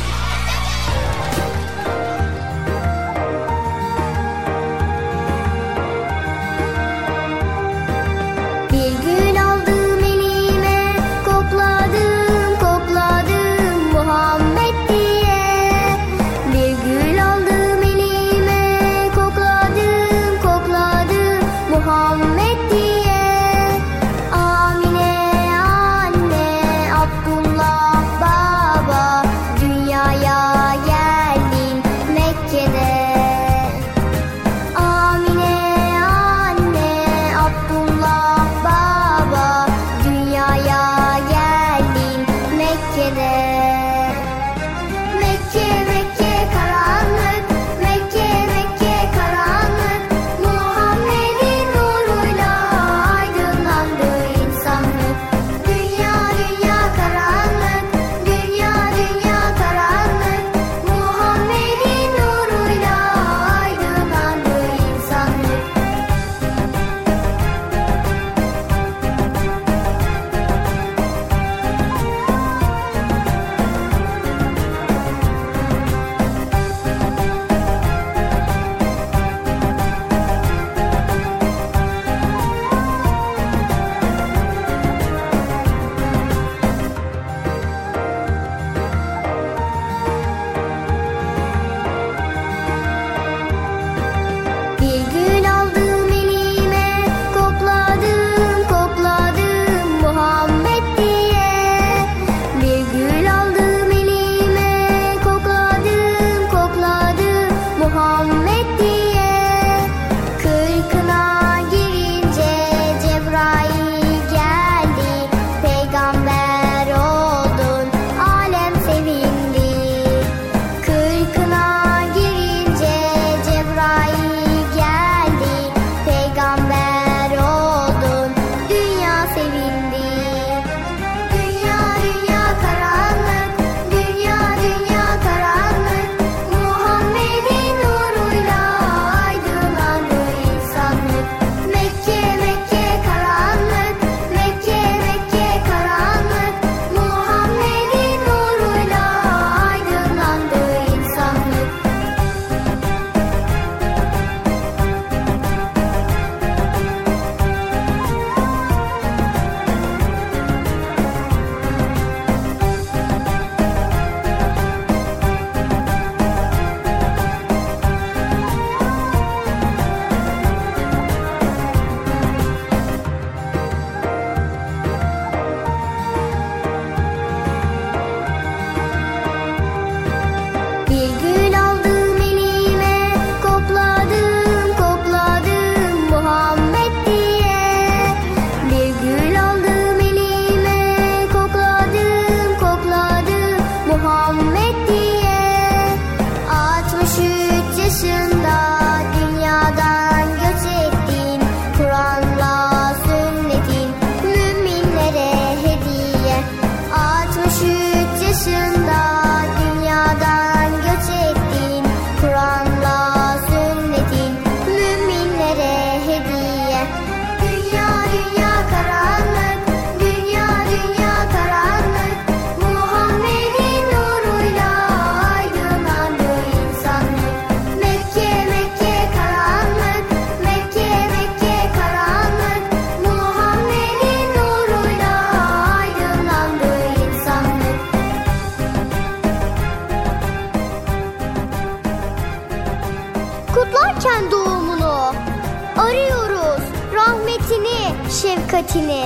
şefkatini.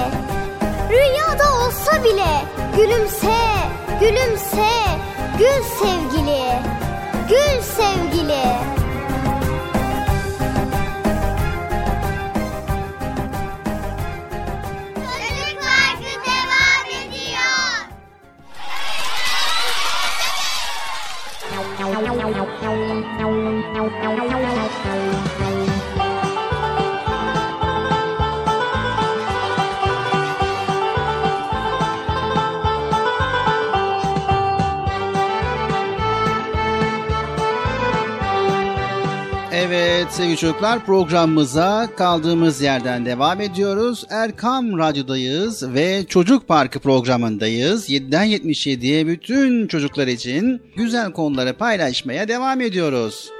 Rüyada olsa bile gülümse, gülümse, gül sevgili, gül sevgili. Çocuk Parkı devam ediyor. Evet sevgili çocuklar, programımıza kaldığımız yerden devam ediyoruz. Erkam Radyo'dayız ve Çocuk Parkı programındayız. yediden yetmiş yediye bütün çocuklar için güzel konuları paylaşmaya devam ediyoruz.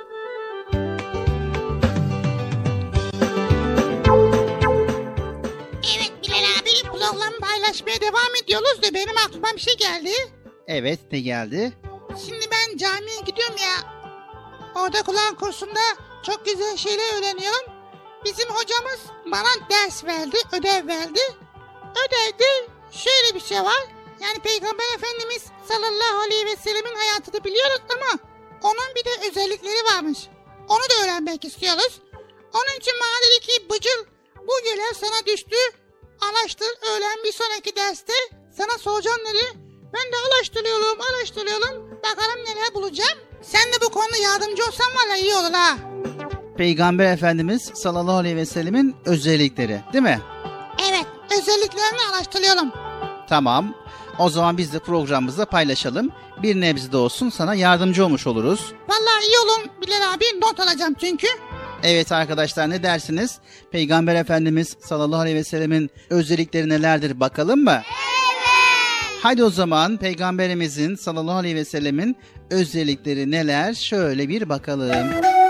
Evet Bilal abi, programı paylaşmaya devam ediyoruz da benim aklıma bir şey geldi. Evet, ne geldi? Şimdi ben camiye gidiyorum ya. Orada Kur'an kursunda çok güzel şeyler öğreniyorum. Bizim hocamız bana ders verdi, ödev verdi. Ödevde şöyle bir şey var. Yani Peygamber Efendimiz sallallahu aleyhi ve sellemin hayatını biliyoruz ama onun bir de özellikleri varmış. Onu da öğrenmek istiyoruz. Onun için bana dedi ki Bıcıl, bu görev sana düştü. Araştır, öğren, bir sonraki derste sana soracağım dedi. Ben de araştırıyorum, araştırıyorum. Bakalım neler bulacağım. Sen de bu konuda yardımcı olsan valla iyi olur ha. Peygamber Efendimiz sallallahu aleyhi ve sellemin özellikleri, değil mi? Evet, özelliklerini araştırıyorum. Tamam. O zaman biz de programımızda paylaşalım. Bir nebze de olsun sana yardımcı olmuş oluruz. Vallahi iyi olun Bilal abi, not alacağım çünkü. Evet arkadaşlar, ne dersiniz? Peygamber Efendimiz sallallahu aleyhi ve sellemin özellikleri nelerdir bakalım mı? Evet. Hadi o zaman Peygamberimizin sallallahu aleyhi ve sellemin özellikleri neler? Şöyle bir bakalım.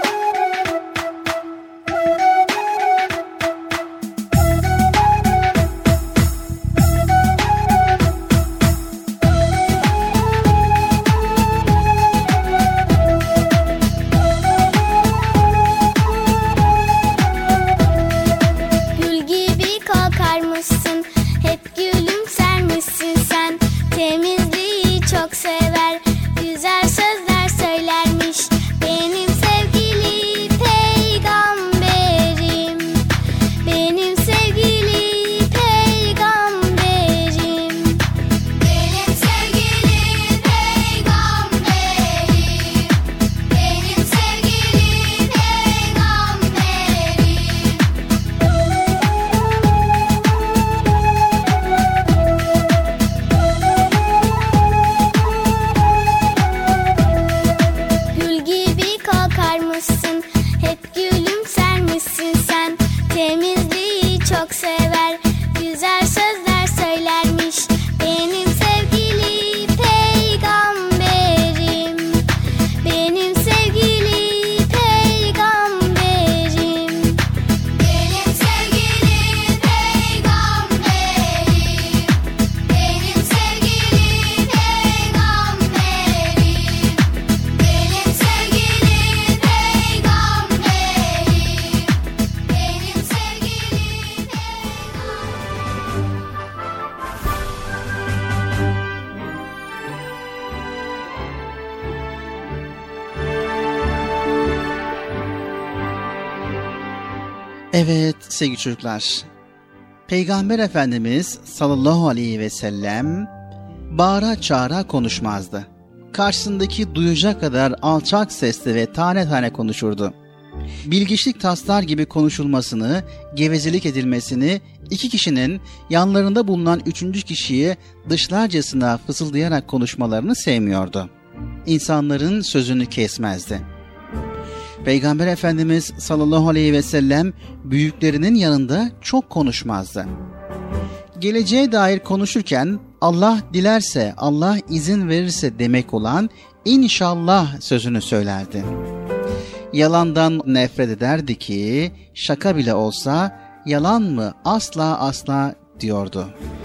Gül gibi kokarmışsın, hep gülümsermişsin sen. Temizliği çok sever, güzel sözler söylermiş. Benim sevgili peygamberim, benim sevgili peygamberim, benim sevgili peygamberim, benim sevgili peygamberim. Gül gibi kokarmışsın, hep gülümsermişsin sen. Temizliği çok sever, güzel sözler söylermiş. Benim sevgili peygamberim, benim sevgili peygamberim, benim sevgili peygamberim, benim sevgili peygamberim, benim sevgili peygamberim, benim sevgili Evet sevgili çocuklar, Peygamber Efendimiz sallallahu aleyhi ve sellem bağıra çağıra konuşmazdı. Karşısındaki duyacak kadar alçak sesli ve tane tane konuşurdu. Bilgiçlik taslar gibi konuşulmasını, gevezelik edilmesini, iki kişinin yanlarında bulunan üçüncü kişiyi dışlarcasına fısıldayarak konuşmalarını sevmiyordu. İnsanların sözünü kesmezdi. Peygamber Efendimiz sallallahu aleyhi ve sellem büyüklerinin yanında çok konuşmazdı. Geleceğe dair konuşurken Allah dilerse, Allah izin verirse demek olan inşallah sözünü söylerdi. Yalandan nefret ederdi ki şaka bile olsa yalan mı asla asla diyordu.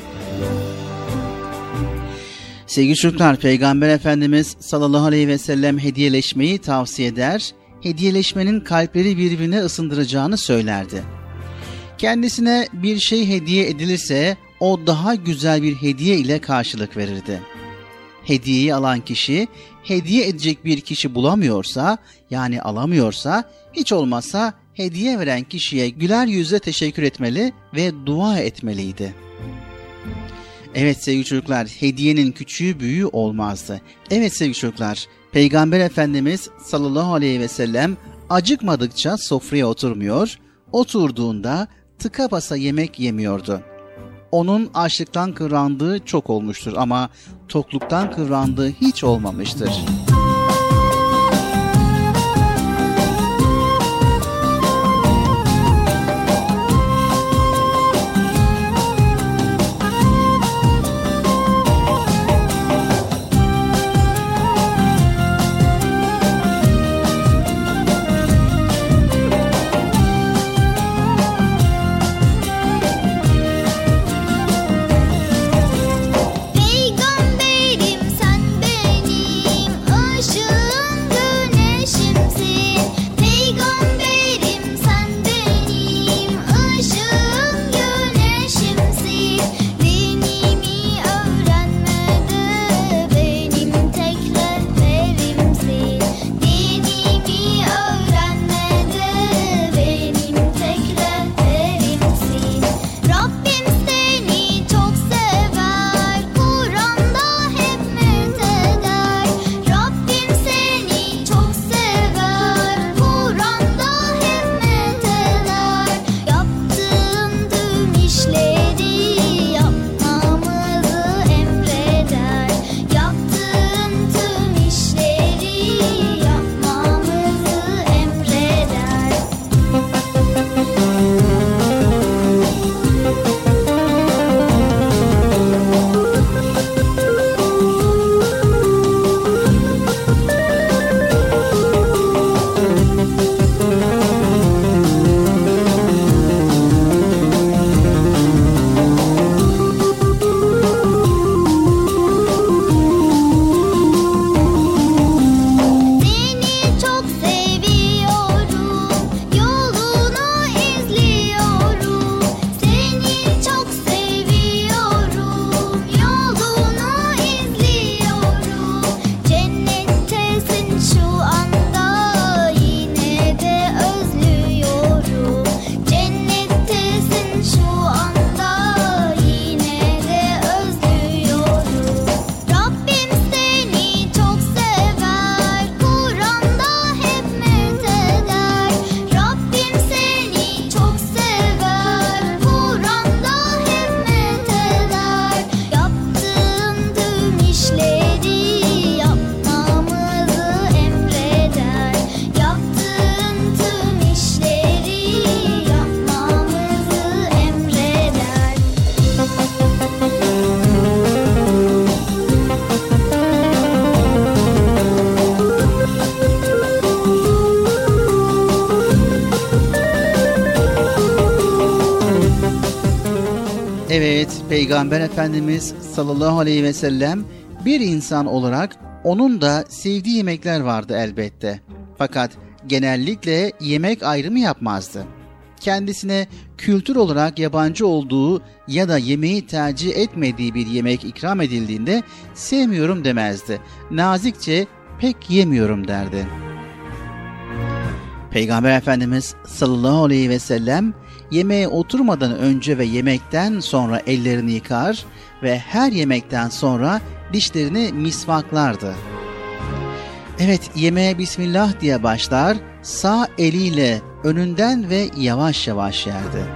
Sevgili çocuklar, Peygamber Efendimiz sallallahu aleyhi ve sellem hediyeleşmeyi tavsiye eder, hediyeleşmenin kalpleri birbirine ısındıracağını söylerdi. Kendisine bir şey hediye edilirse o daha güzel bir hediye ile karşılık verirdi. Hediyeyi alan kişi hediye edecek bir kişi bulamıyorsa, yani alamıyorsa, hiç olmazsa hediye veren kişiye güler yüzle teşekkür etmeli ve dua etmeliydi. Evet sevgili çocuklar, hediyenin küçüğü büyüğü olmazdı. Evet sevgili çocuklar, Peygamber Efendimiz sallallahu aleyhi ve sellem acıkmadıkça sofraya oturmuyor, oturduğunda tıka basa yemek yemiyordu. Onun açlıktan kıvrandığı çok olmuştur ama tokluktan kıvrandığı hiç olmamıştır. Peygamberim sen benim ışığım güneşimsin. Peygamberim sen benim ışığım güneşimsin. Dinimi öğrenmede benim tek rehberimsin. Dinimi öğrenmede benim tek rehberimsin. Rabbim seni çok sever, Kur'an'da hep metheder. Rabbim seni çok sever, Kur'an'da hep metheder. Yaptığın tüm işleri yapmamızı emreder. Yaptığın tüm işleri yapmamızı emreder. Seni çok seviyorum, yolunu izliyorum. Seni çok seviyorum, yolunu izliyorum. Cennettesin şu anda, yine de özlüyorum. Cennettesin şu anda, yine de özlüyorum. Rabbim seni çok sever, Kur'an'da hep metheder. Rabbim seni çok sever, Kur'an'da hep metheder. Yaptığın tüm işleri yapmamızı emreder. Yaptığın tüm işleri yapmamızı emreder. Evet, Peygamber Efendimiz sallallahu aleyhi ve sellem bir insan olarak onun da sevdiği yemekler vardı elbette. Fakat genellikle yemek ayrımı yapmazdı. Kendisine kültür olarak yabancı olduğu ya da yemeği tercih etmediği bir yemek ikram edildiğinde sevmiyorum demezdi. Nazikçe pek yemiyorum derdi. Peygamber Efendimiz sallallahu aleyhi ve sellem yemeğe oturmadan önce ve yemekten sonra ellerini yıkar ve her yemekten sonra dişlerini misvaklardı. Evet, yemeğe Bismillah diye başlar, sağ eliyle önünden ve yavaş yavaş yerdi.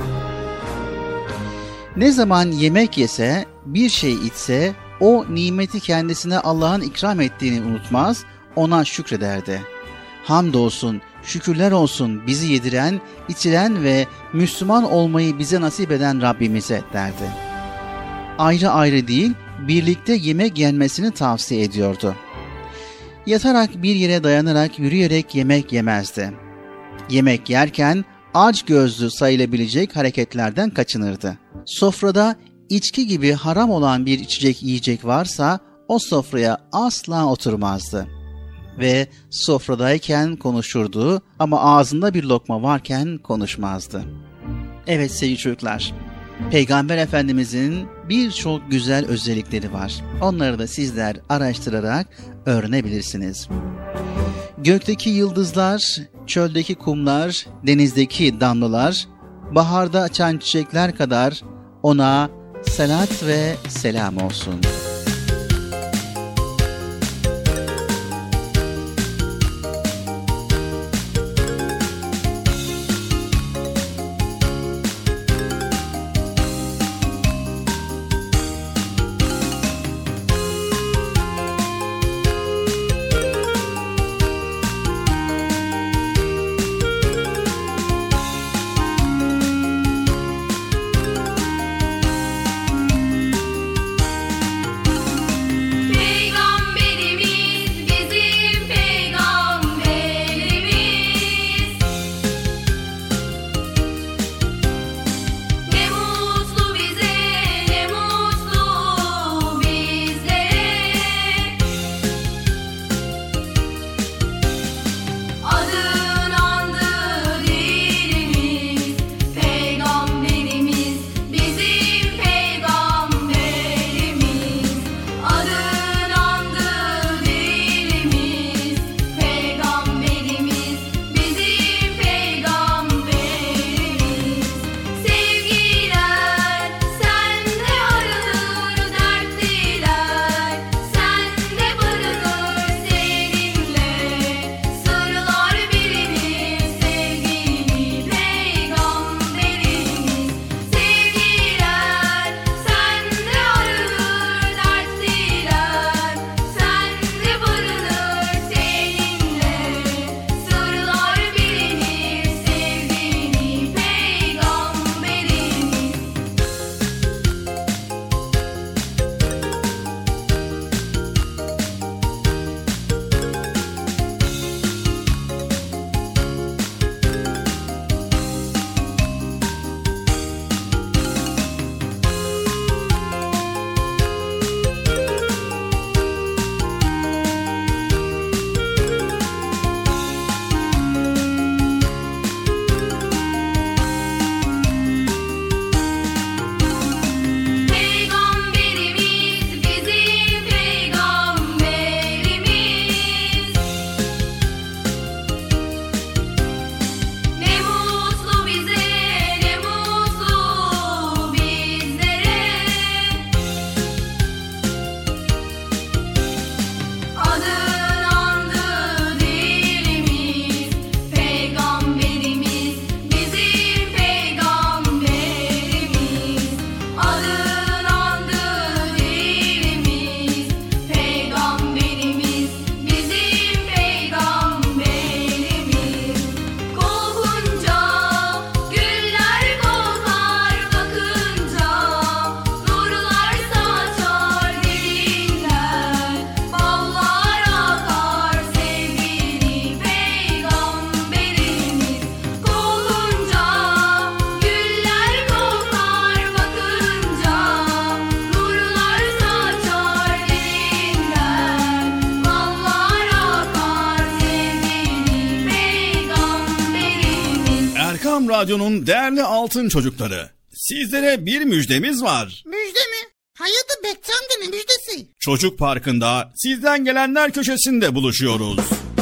Ne zaman yemek yese, bir şey içse, o nimeti kendisine Allah'ın ikram ettiğini unutmaz, ona şükrederdi. Hamdolsun, şükürler olsun bizi yediren, içiren ve Müslüman olmayı bize nasip eden Rabbimize derdi. Ayrı ayrı değil, birlikte yemek yenmesini tavsiye ediyordu. Yatarak bir yere dayanarak yürüyerek yemek yemezdi. Yemek yerken aç gözlü sayılabilecek hareketlerden kaçınırdı. Sofrada içki gibi haram olan bir içecek yiyecek varsa o sofraya asla oturmazdı. Ve sofradayken konuşurdu ama ağzında bir lokma varken konuşmazdı. Evet sevgili çocuklar, Peygamber Efendimizin birçok güzel özellikleri var. Onları da sizler araştırarak öğrenebilirsiniz. Gökteki yıldızlar, çöldeki kumlar, denizdeki damlalar, baharda açan çiçekler kadar ona salat ve selam olsun. Erkam Radyo'nun değerli altın çocukları, sizlere bir müjdemiz var. Müjde mi? Hayırdır Bekçi amca, ne müjdesi? Çocuk Parkı'nda sizden gelenler köşesinde buluşuyoruz.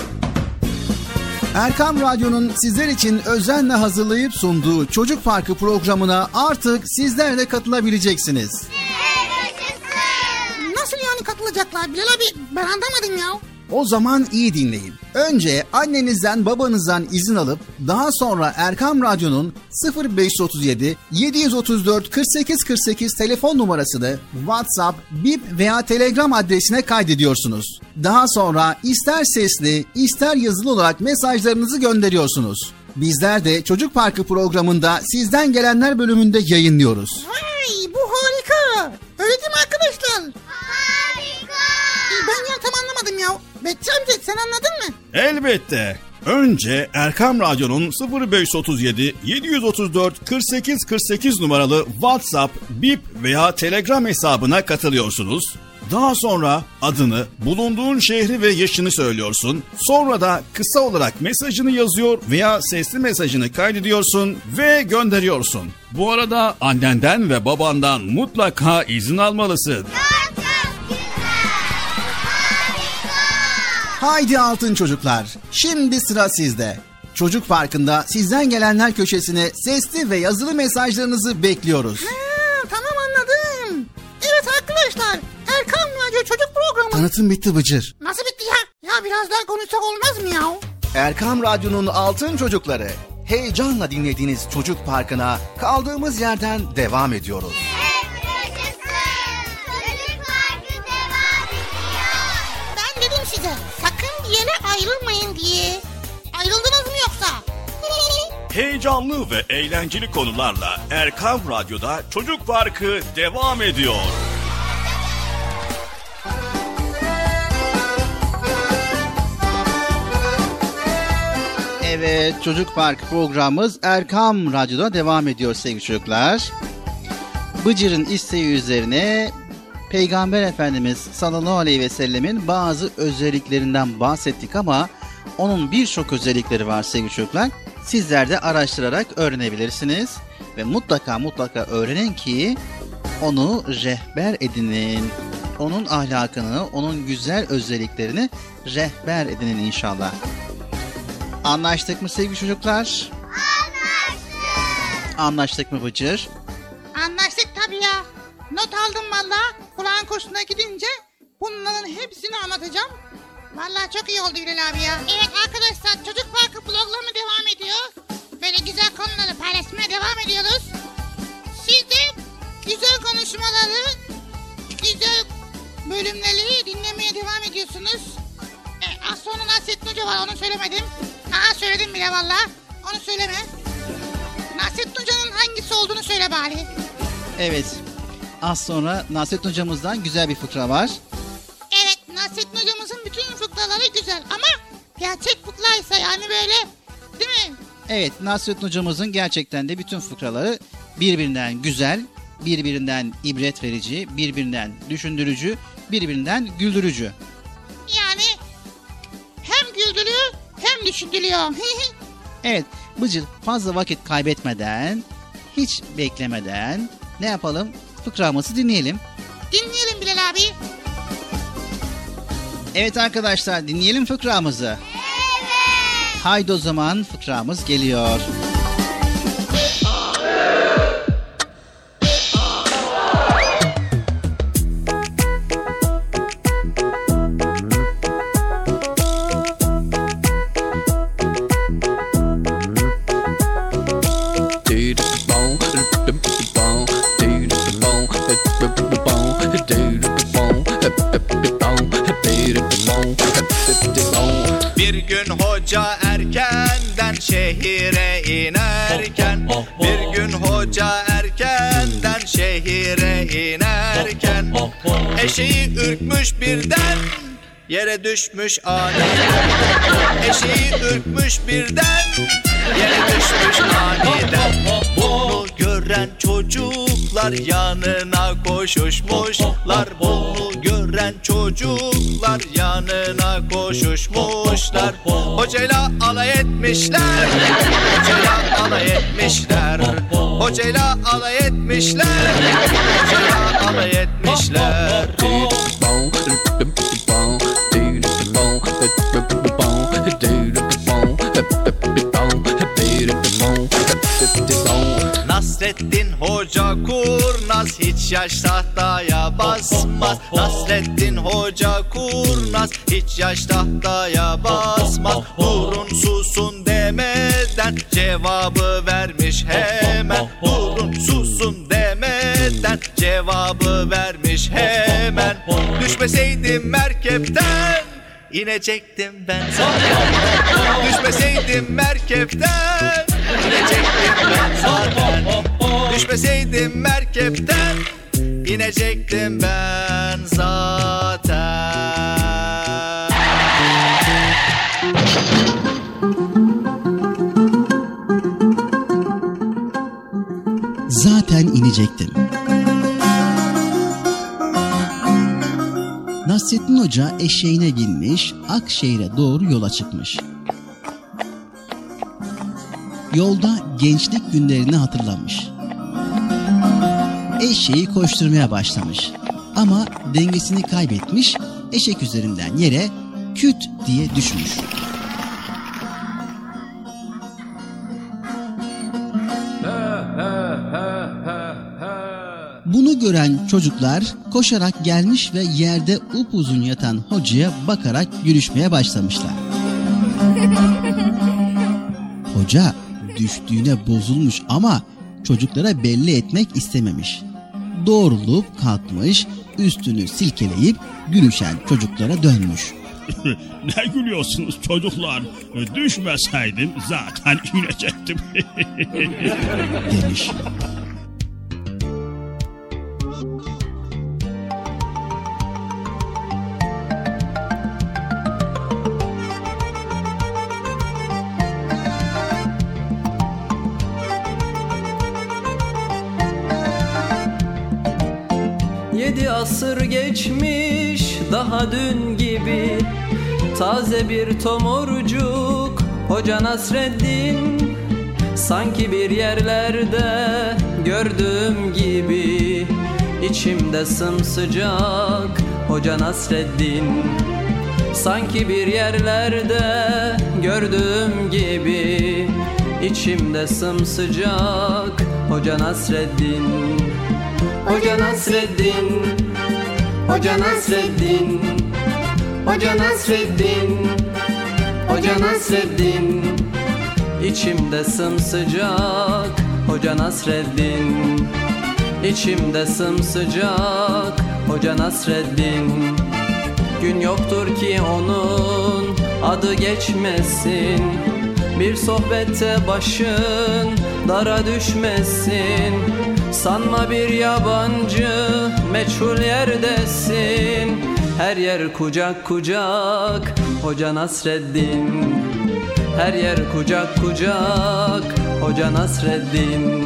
Erkam Radyo'nun sizler için özenle hazırlayıp sunduğu Çocuk Parkı programına artık sizler de katılabileceksiniz. Nasıl yani katılacaklar Bilal abi? Ben anlamadım ya. O zaman iyi dinleyin. Önce annenizden babanızdan izin alıp daha sonra Erkam Radyo'nun sıfır beş otuz yedi yedi otuz dört kırk sekiz kırk sekiz telefon numarasını WhatsApp, Bip veya Telegram adresine kaydediyorsunuz. Daha sonra ister sesli ister yazılı olarak mesajlarınızı gönderiyorsunuz. Bizler de Çocuk Parkı programında sizden gelenler bölümünde yayınlıyoruz. Vay, bu harika. Öyle değil mi arkadaşlar? Harika. Ben ya tam anlamadım ya. Bekçi amca sen anladın mı? Elbette. Önce Erkam Radyo'nun sıfır beş otuz yedi yedi otuz dört kırk sekiz kırk sekiz numaralı WhatsApp, Bip veya Telegram hesabına katılıyorsunuz. Daha sonra adını, bulunduğun şehri ve yaşını söylüyorsun. Sonra da kısa olarak mesajını yazıyor veya sesli mesajını kaydediyorsun ve gönderiyorsun. Bu arada annenden ve babandan mutlaka izin almalısın. Haydi altın çocuklar, şimdi sıra sizde. Çocuk Parkı'nda sizden gelenler köşesine sesli ve yazılı mesajlarınızı bekliyoruz. Ha, tamam anladım. Evet arkadaşlar, Erkam Radyo Çocuk Programı. Tanıtım bitti Bıcır. Nasıl bitti ya? Ya biraz daha konuşsak olmaz mı ya? Erkam Radyo'nun altın çocukları, heyecanla dinlediğiniz Çocuk Parkı'na kaldığımız yerden devam ediyoruz. Ben dedim size, sakın bir yere ayrılmayın diye. Ayrıldınız mı yoksa? Heyecanlı ve eğlenceli konularla Erkam Radyo'da Çocuk Parkı devam ediyor. Evet, Çocuk Parkı programımız Erkam Radyo'da devam ediyor sevgili çocuklar. Bıcır'ın isteği üzerine Peygamber Efendimiz sallallahu aleyhi ve sellemin bazı özelliklerinden bahsettik ama onun birçok özellikleri var sevgili çocuklar. Sizler de araştırarak öğrenebilirsiniz ve mutlaka mutlaka öğrenin ki onu rehber edinin. Onun ahlakını, onun güzel özelliklerini rehber edinin inşallah. Anlaştık mı sevgili çocuklar? Anlaştık. Anlaştık mı Bıcır? Anlaştık tabii ya. Not aldım valla. Kur'an kursuna gidince bunların hepsini anlatacağım. Valla çok iyi oldu Bilal abi ya. Evet arkadaşlar, Çocuk Parkı programı devam ediyor. Böyle güzel konuları paylaşmaya devam ediyoruz. Siz de güzel konuşmaları, güzel bölümleri dinlemeye devam ediyorsunuz. E, az sonra Nasrettin Hoca var, onu söylemedim. Aa söyledim bile valla. Onu söyleme. Nasrettin Hoca'nın hangisi olduğunu söyle bari. Evet. Az sonra Nasrettin Hocamızdan güzel bir fıkra var. Evet, Nasrettin Hocamızın bütün fıkraları güzel ama gerçek fıkraysa yani böyle, değil mi? Evet, Nasrettin Hocamızın gerçekten de bütün fıkraları birbirinden güzel, birbirinden ibret verici, birbirinden düşündürücü, birbirinden güldürücü. Yani hem güldürüyor hem düşündürüyor. Evet, Bıcır fazla vakit kaybetmeden, hiç beklemeden ne yapalım? Fıkramızı dinleyelim. Dinleyelim Bilal abi. Evet arkadaşlar, dinleyelim fıkramızı. Evet. Haydi o zaman fıkramız geliyor. Bir gün hoca erkenden şehire inerken, bir gün hoca erkenden şehire inerken, eşeği ürkmüş birden yere düşmüş aniden. Eşeği ürkmüş birden yere düşmüş aniden. Bunu gören çocuklar yanına koşuşmuşlar. Bunu gören çocuklar yanına koşuşmuşlar. Hocayla alay etmişler. Hocayla alay etmişler. Hocayla alay etmişler. Hocayla alay etmişler. Nasrettin Hoca kurnaz, hiç yaş tahtaya basmaz. Nasrettin Hoca kurnaz, hiç yaş tahtaya basmaz. Durun susun demeden cevabı vermiş hemen. Durun susun demeden cevabı vermiş hemen. Düşmeseydim merkepten İnecektim ben zaten. Düşmeseydim merkepten İnecektim ben zaten. Düşmeseydim merkepten İnecektim ben zaten. Zaten inecektim. Nasrettin Hoca eşeğine binmiş, Akşehir'e doğru yola çıkmış. Yolda gençlik günlerini hatırlamış. Eşeği koşturmaya başlamış. Ama dengesini kaybetmiş, eşek üzerinden yere küt diye düşmüş. Bunu gören çocuklar koşarak gelmiş ve yerde upuzun yatan hocaya bakarak gülüşmeye başlamışlar. Hoca düştüğüne bozulmuş ama çocuklara belli etmek istememiş. Doğrulup kalkmış, üstünü silkeleyip gülüşen çocuklara dönmüş. Ne gülüyorsunuz çocuklar? Düşmeseydim zaten inecektim. demiş. Yedi asır geçmiş daha dün gibi, taze bir tomurcuk Hoca Nasreddin. Sanki bir yerlerde gördüğüm gibi, içimde sımsıcak Hoca Nasreddin. Sanki bir yerlerde gördüğüm gibi, içimde sımsıcak Hoca Nasreddin. Hoca Nasreddin, Hoca Nasreddin, Hoca Nasreddin, Hoca Nasreddin. İçimde sımsıcak Hoca Nasreddin. İçimde sımsıcak Hoca Nasreddin. Gün yoktur ki onun adı geçmesin, bir sohbette başın dara düşmesin. Sanma bir yabancı meçhul yerdesin, her yer kucak kucak Hoca Nasreddin. Her yer kucak kucak Hoca Nasreddin.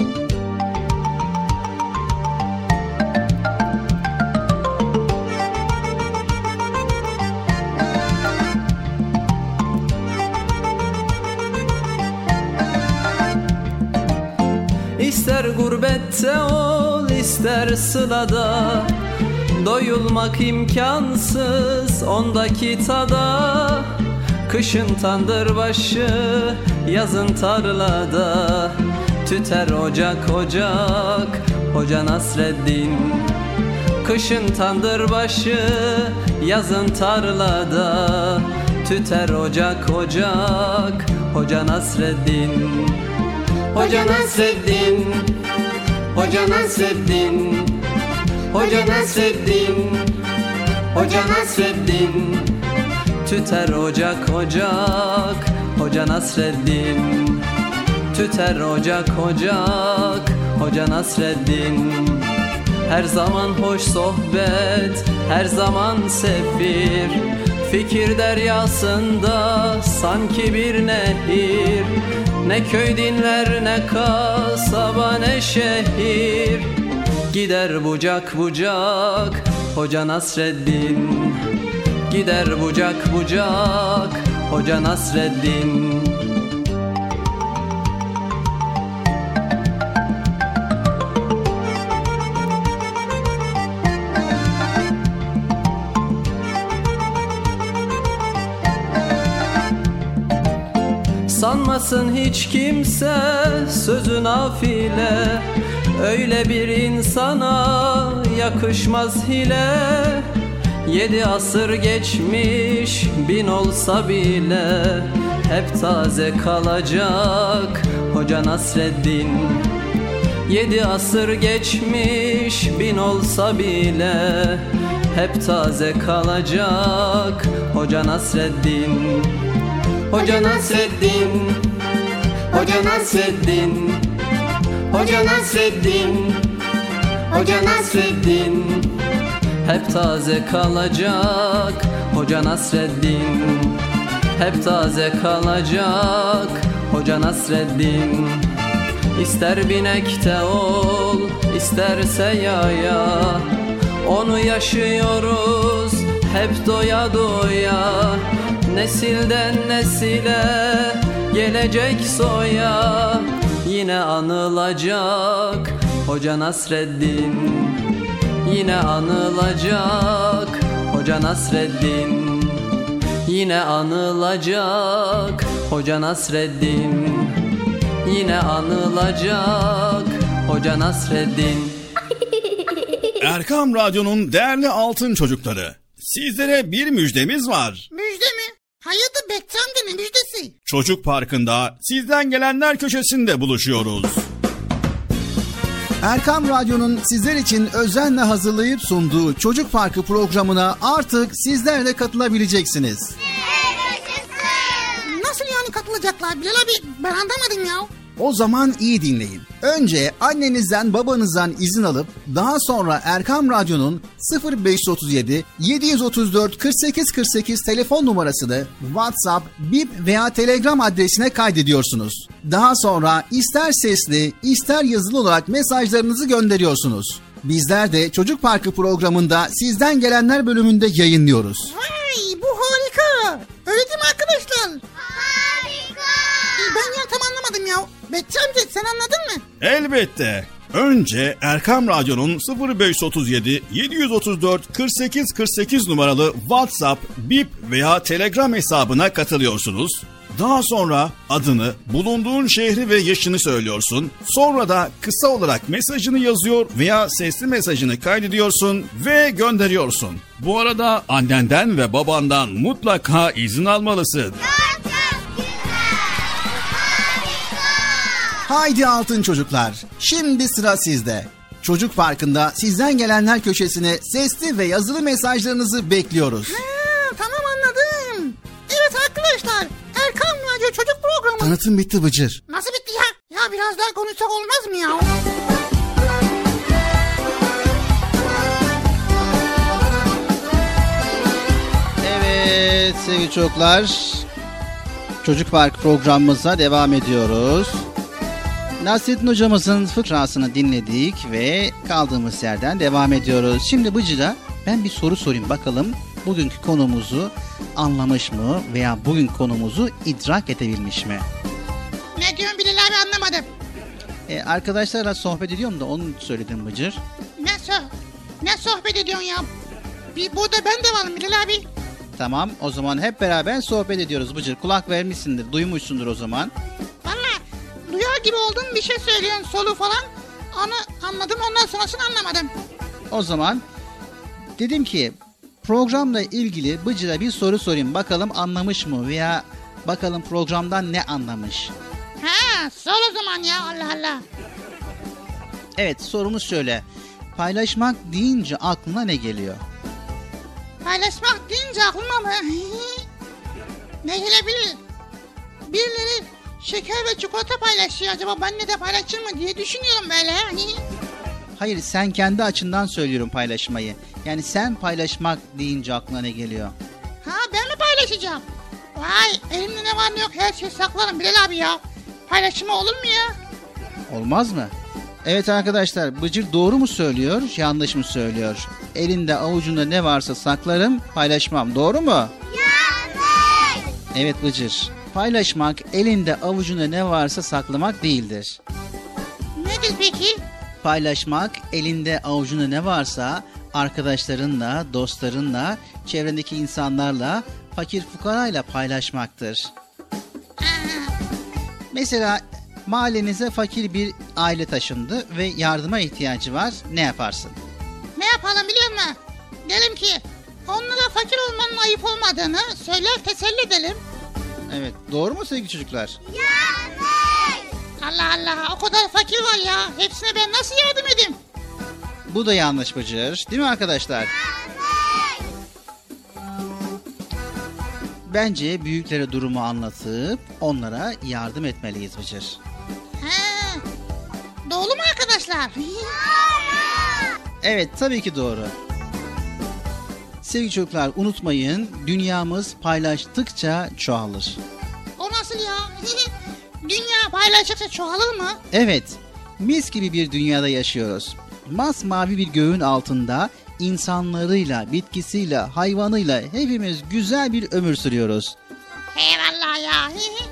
İster gurbette ol, ister sılada, doyulmak imkansız ondaki tada. Kışın tandırbaşı, yazın tarlada, tüter ocak ocak Hoca Nasreddin. Kışın tandırbaşı, yazın tarlada, tüter ocak ocak Hoca Nasreddin. Hoca Nasreddin, Hoca Nasreddin, Hoca Nasreddin, Hoca Nasreddin. Tüter ocak ocak Hoca Nasreddin. Tüter ocak ocak Hoca Nasreddin. Her zaman hoş sohbet, her zaman sefir, fikir deryasında sanki bir nehir. Ne köy dinler, ne kasaba, ne şehir, gider bucak bucak Hoca Nasreddin. Gider bucak bucak Hoca Nasreddin. Sanmasın hiç kimse sözü nafile, öyle bir insana yakışmaz hile. Yedi asır geçmiş bin olsa bile hep taze kalacak Hoca Nasreddin. Yedi asır geçmiş bin olsa bile hep taze kalacak Hoca Nasreddin. Hoca Nasreddin, Hoca Nasreddin, Hoca Nasreddin, Hoca Nasreddin, hep taze kalacak Hoca Nasreddin. Hep taze kalacak Hoca Nasreddin. İster binekte ol, isterse yaya, onu yaşıyoruz hep doya doya. Nesilden nesile gelecek soya, yine anılacak Hoca Nasreddin. Yine anılacak Hoca Nasreddin. Yine anılacak Hoca Nasreddin. Yine anılacak Hoca Nasreddin. Erkam Radyo'nun değerli altın çocukları, sizlere bir müjdemiz var. Müjde mi? Hayırdır Bekçi amca, ne müjdesi? Çocuk Parkı'nda sizden gelenler köşesinde buluşuyoruz. Erkam Radyo'nun sizler için özenle hazırlayıp sunduğu Çocuk Parkı programına artık sizler de katılabileceksiniz. Nasıl yani katılacaklar Bilal abi? Ben anlamadım ya. O zaman iyi dinleyin. Önce annenizden babanızdan izin alıp daha sonra Erkam Radyo'nun sıfır beş otuz yedi yedi otuz dört kırk sekiz kırk sekiz telefon numarasını WhatsApp, Bip veya Telegram adresine kaydediyorsunuz. Daha sonra ister sesli ister yazılı olarak mesajlarınızı gönderiyorsunuz. Bizler de Çocuk Parkı programında sizden gelenler bölümünde yayınlıyoruz. Vay, bu harika. Öyle değil mi arkadaşlar? Harika. Ben ya tam anlamadım ya. Bekçi amca sen anladın mı? Elbette. Önce Erkam Radyo'nun sıfır beş otuz yedi yedi otuz dört kırk sekiz kırk sekiz numaralı WhatsApp, Bip veya Telegram hesabına katılıyorsunuz. Daha sonra adını, bulunduğun şehri ve yaşını söylüyorsun. Sonra da kısa olarak mesajını yazıyor veya sesli mesajını kaydediyorsun ve gönderiyorsun. Bu arada annenden ve babandan mutlaka izin almalısın. Haydi altın çocuklar, şimdi sıra sizde. Çocuk Parkı'nda sizden gelenler köşesine sesli ve yazılı mesajlarınızı bekliyoruz. Ha, tamam anladım. Evet arkadaşlar, Erkam Radyo Çocuk Programı. Tanıtım bitti Bıcır. Nasıl bitti ya? Ya biraz daha konuşsak olmaz mı ya? Evet sevgili çocuklar, Çocuk Park programımıza devam ediyoruz. Nasrettin hocamızın fıkrasını dinledik ve kaldığımız yerden devam ediyoruz. Şimdi Bıcır'a ben bir soru sorayım bakalım bugünkü konumuzu anlamış mı veya bugün konumuzu idrak edebilmiş mi? Ne diyorsun Bilal abi, anlamadım. Ee, arkadaşlarla sohbet ediyorum da onu söyledim Bıcır. Ne, so ne sohbet ediyorsun ya? Bir burada ben de varım Bilal abi. Tamam, o zaman hep beraber sohbet ediyoruz Bıcır. Kulak vermişsindir, duymuşsundur o zaman. Valla duyar gibi oldun, bir şey söylüyorsun solu falan. Onu anladım, ondan sonrasını anlamadım. O zaman dedim ki programla ilgili Bıcır'a bir soru sorayım. Bakalım anlamış mı veya bakalım programdan ne anlamış? Ha, sor o zaman ya, Allah Allah. Evet, sorumuz şöyle. Paylaşmak deyince aklına ne geliyor? Paylaşmak deyince aklıma mı? Ne gelebilir? Birileri şeker ve çikolata paylaşıyor, acaba benimle de paylaşır mı diye düşünüyorum böyle. Hayır, sen kendi açından söylüyorum paylaşmayı. Yani sen paylaşmak deyince aklına ne geliyor? Ha, ben mi paylaşacağım? Vay, elimde ne var ne yok her şeyi saklarım Bilal abi ya. Paylaşımı olur mu ya? Olmaz mı? Evet arkadaşlar, Bıcır doğru mu söylüyor, yanlış mı söylüyor? Elinde avucunda ne varsa saklarım, paylaşmam. Doğru mu? Yanlış. Evet Bıcır. Paylaşmak elinde avucunda ne varsa saklamak değildir. Nedir peki? Paylaşmak elinde avucunda ne varsa arkadaşlarınla, dostlarınla, çevrendeki insanlarla, fakir fukarayla paylaşmaktır. Mesela mahallenize fakir bir aile taşındı ve yardıma ihtiyacı var. Ne yaparsın? Ne yapalım biliyor musun? Derim ki onlara fakir olmanın ayıp olmadığını söyler, teselli edelim. Evet, doğru mu sevgili çocuklar? Yanlış! Allah Allah, o kadar fakir var ya. Hepsine ben nasıl yardım edeyim? Bu da yanlış Bıcır. Değil mi arkadaşlar? Yanlış! Bence büyüklere durumu anlatıp onlara yardım etmeliyiz Bıcır. He. Doğru mu arkadaşlar? Evet, tabii ki doğru. Sevgili çocuklar, unutmayın, dünyamız paylaştıkça çoğalır. O nasıl ya? Dünya paylaştıkça çoğalır mı? Evet, mis gibi bir dünyada yaşıyoruz. Masmavi bir göğün altında insanlarıyla, bitkisiyle, hayvanıyla hepimiz güzel bir ömür sürüyoruz. Eyvallah ya.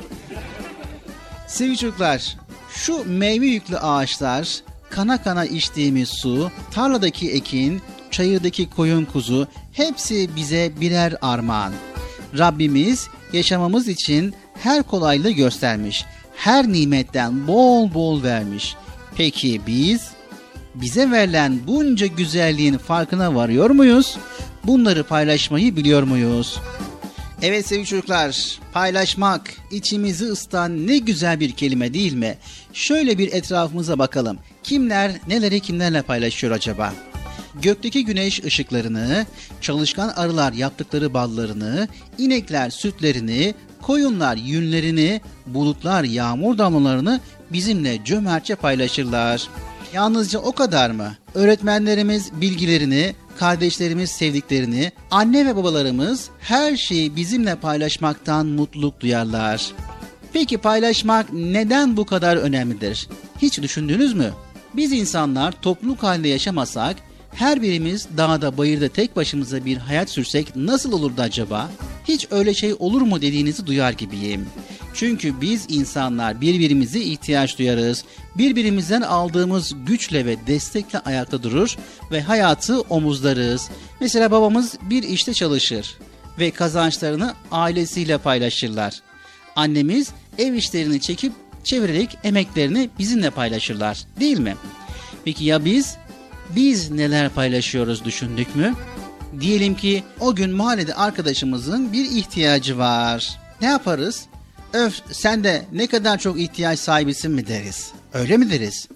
Sevgili çocuklar, şu meyve yüklü ağaçlar, kana kana içtiğimiz su, tarladaki ekin, çayırdaki koyun kuzu hepsi bize birer armağan. Rabbimiz yaşamamız için her kolaylığı göstermiş. Her nimetten bol bol vermiş. Peki biz bize verilen bunca güzelliğin farkına varıyor muyuz? Bunları paylaşmayı biliyor muyuz? Evet sevgili çocuklar, paylaşmak içimizi ısıtan ne güzel bir kelime değil mi? Şöyle bir etrafımıza bakalım. Kimler neleri kimlerle paylaşıyor acaba? Gökteki güneş ışıklarını, çalışkan arılar yaptıkları ballarını, inekler sütlerini, koyunlar yünlerini, bulutlar yağmur damlalarını bizimle cömertçe paylaşırlar. Yalnızca o kadar mı? Öğretmenlerimiz bilgilerini, kardeşlerimiz sevdiklerini, anne ve babalarımız her şeyi bizimle paylaşmaktan mutluluk duyarlar. Peki paylaşmak neden bu kadar önemlidir? Hiç düşündünüz mü? Biz insanlar topluluk halinde yaşamasak, her birimiz dağda bayırda tek başımıza bir hayat sürsek nasıl olurdu acaba? Hiç öyle şey olur mu dediğinizi duyar gibiyim. Çünkü biz insanlar birbirimize ihtiyaç duyarız. Birbirimizden aldığımız güçle ve destekle ayakta durur ve hayatı omuzlarız. Mesela babamız bir işte çalışır ve kazançlarını ailesiyle paylaşırlar. Annemiz ev işlerini çekip çevirerek emeklerini bizimle paylaşırlar, değil mi? Peki ya biz? Biz neler paylaşıyoruz düşündük mü? Diyelim ki o gün mahallede arkadaşımızın bir ihtiyacı var. Ne yaparız? Öf, sen de ne kadar çok ihtiyaç sahibisin mi deriz? Öyle mi deriz?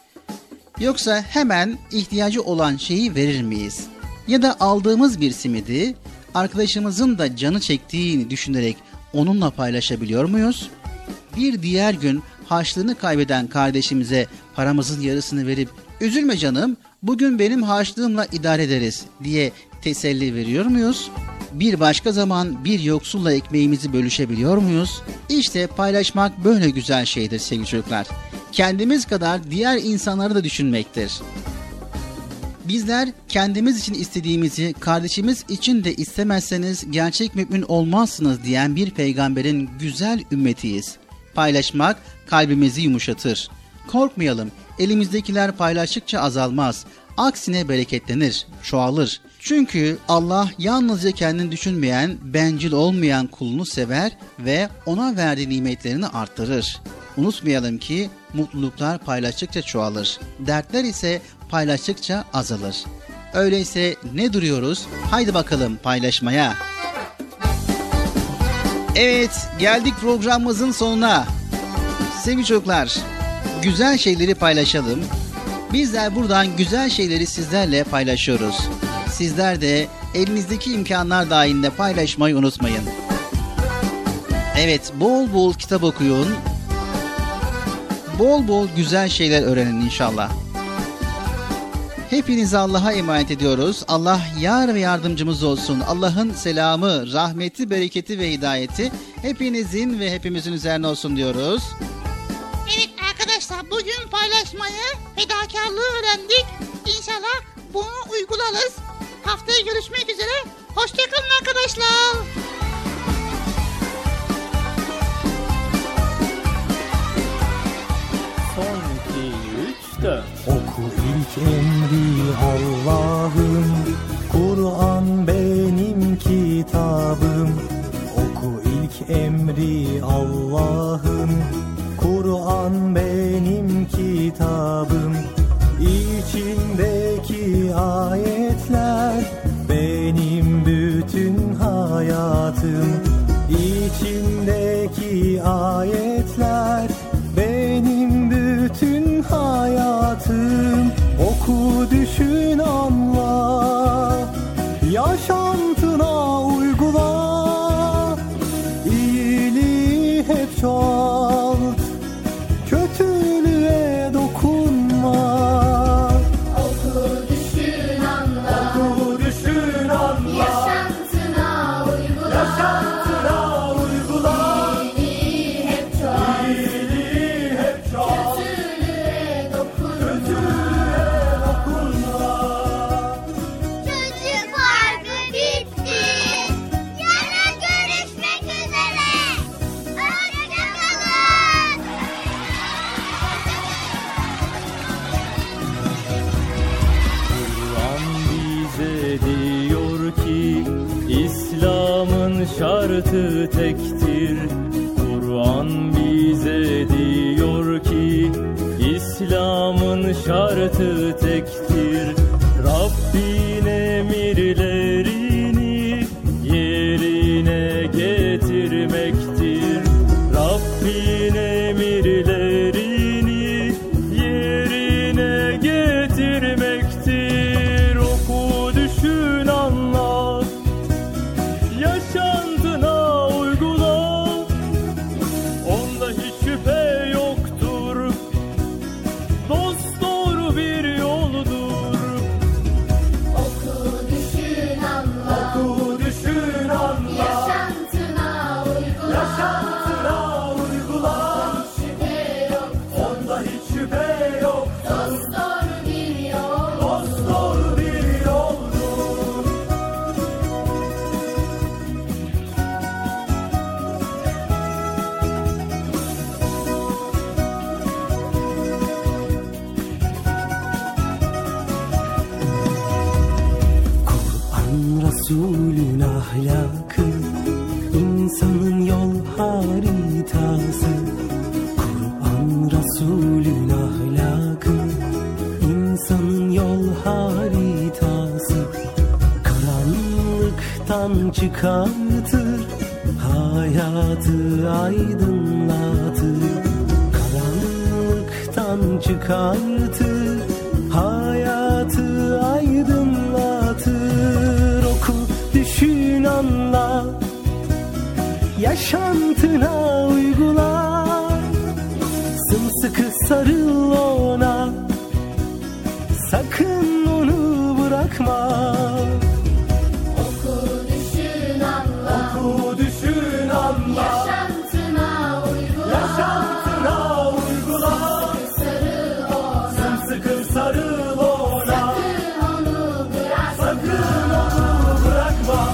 Yoksa hemen ihtiyacı olan şeyi verir miyiz? Ya da aldığımız bir simidi arkadaşımızın da canı çektiğini düşünerek onunla paylaşabiliyor muyuz? Bir diğer gün harçlığını kaybeden kardeşimize paramızın yarısını verip "Üzülme canım, bugün benim harçlığımla idare ederiz" diye teselli veriyor muyuz? Bir başka zaman bir yoksulla ekmeğimizi bölüşebiliyor muyuz? İşte paylaşmak böyle güzel şeydir sevgili çocuklar. Kendimiz kadar diğer insanları da düşünmektir. Bizler kendimiz için istediğimizi kardeşimiz için de istemezseniz gerçek mümin olmazsınız diyen bir peygamberin güzel ümmetiyiz. Paylaşmak kalbimizi yumuşatır. Korkmayalım, elimizdekiler paylaştıkça azalmaz. Aksine bereketlenir, çoğalır. Çünkü Allah yalnızca kendini düşünmeyen, bencil olmayan kulunu sever ve ona verdiği nimetlerini arttırır. Unutmayalım ki mutluluklar paylaştıkça çoğalır. Dertler ise paylaştıkça azalır. Öyleyse ne duruyoruz? Haydi bakalım paylaşmaya. Evet, geldik programımızın sonuna. Sevgili çocuklar, güzel şeyleri paylaşalım. Bizler buradan güzel şeyleri sizlerle paylaşıyoruz. Sizler de elinizdeki imkanlar dahilinde paylaşmayı unutmayın. Evet, bol bol kitap okuyun. Bol bol güzel şeyler öğrenin inşallah. Hepinizi Allah'a emanet ediyoruz. Allah yar ve yardımcımız olsun. Allah'ın selamı, rahmeti, bereketi ve hidayeti hepinizin ve hepimizin üzerine olsun diyoruz. Evet arkadaşlar, bugün paylaşmayı, fedakarlığı öğrendik. İnşallah bunu uygularız. Haftaya görüşmek üzere. Hoşçakalın arkadaşlar. Son iki, üç, dört. Oku ilk emri Allah'ım, Kur'an benim kitabım. Oku ilk emri Allah'ım, Kur'an benim kitabım, İçindeki ayetler benim bütün hayatım. İçindeki ayetler benim bütün hayatım. Oku, düşün, anla, yaşantına uygula. İyiliği hep çoğalt, kötülüğe dokunma. Oku, düşün, anla, Oku, düşün, anla, yaşantına uygula. Yaşantına uygula. İyiliği hep çoğalt, İyiliği hep çoğalt, kötülüğe dokunma. kötülüğe dokunma. Çocuk parkı bitti. Yarın görüşmek üzere. Hoşçakalın. Kur'an bize diyor ki İslam'ın şartı tektir. Kur'an bize diyor ki İslam'ın şartı tektir. Rabbin emirlerini yerine getirmektir. Rabbin emirlerini yerine getirmektir. Oku, düşün, anla, yaşantına uygula. Onda hiç şüphe yoktur, dosdoğru bir yoldur. Oku, düşün, anla, Oku, düşün, anla, yaşantına uygula. yaşantına uygula. Şüphe yok, Onda hiç şüphe yok, dosdoğru bir yol. dosdoğru bir yoldur. Kur'an Resulün ahlakı, insanın yol haritası. Kur'an Resulün ahlakı, insanın yol haritası. Karanlıktan çıkartır, hayatı aydınlatır. Karanlıktan çıkartır, hayatı aydınlatır. Oku, düşün, anla, yaşantına uygula. Sımsıkı sarıl ona, sakın onu bırakma. Oku, düşün, anla, Oku, düşün, anla, yaşantına uygula. yaşantına uygula. Sarıl ona, Sımsıkı sarıl ona, sakın onu bırakma. sakın onu bırakma.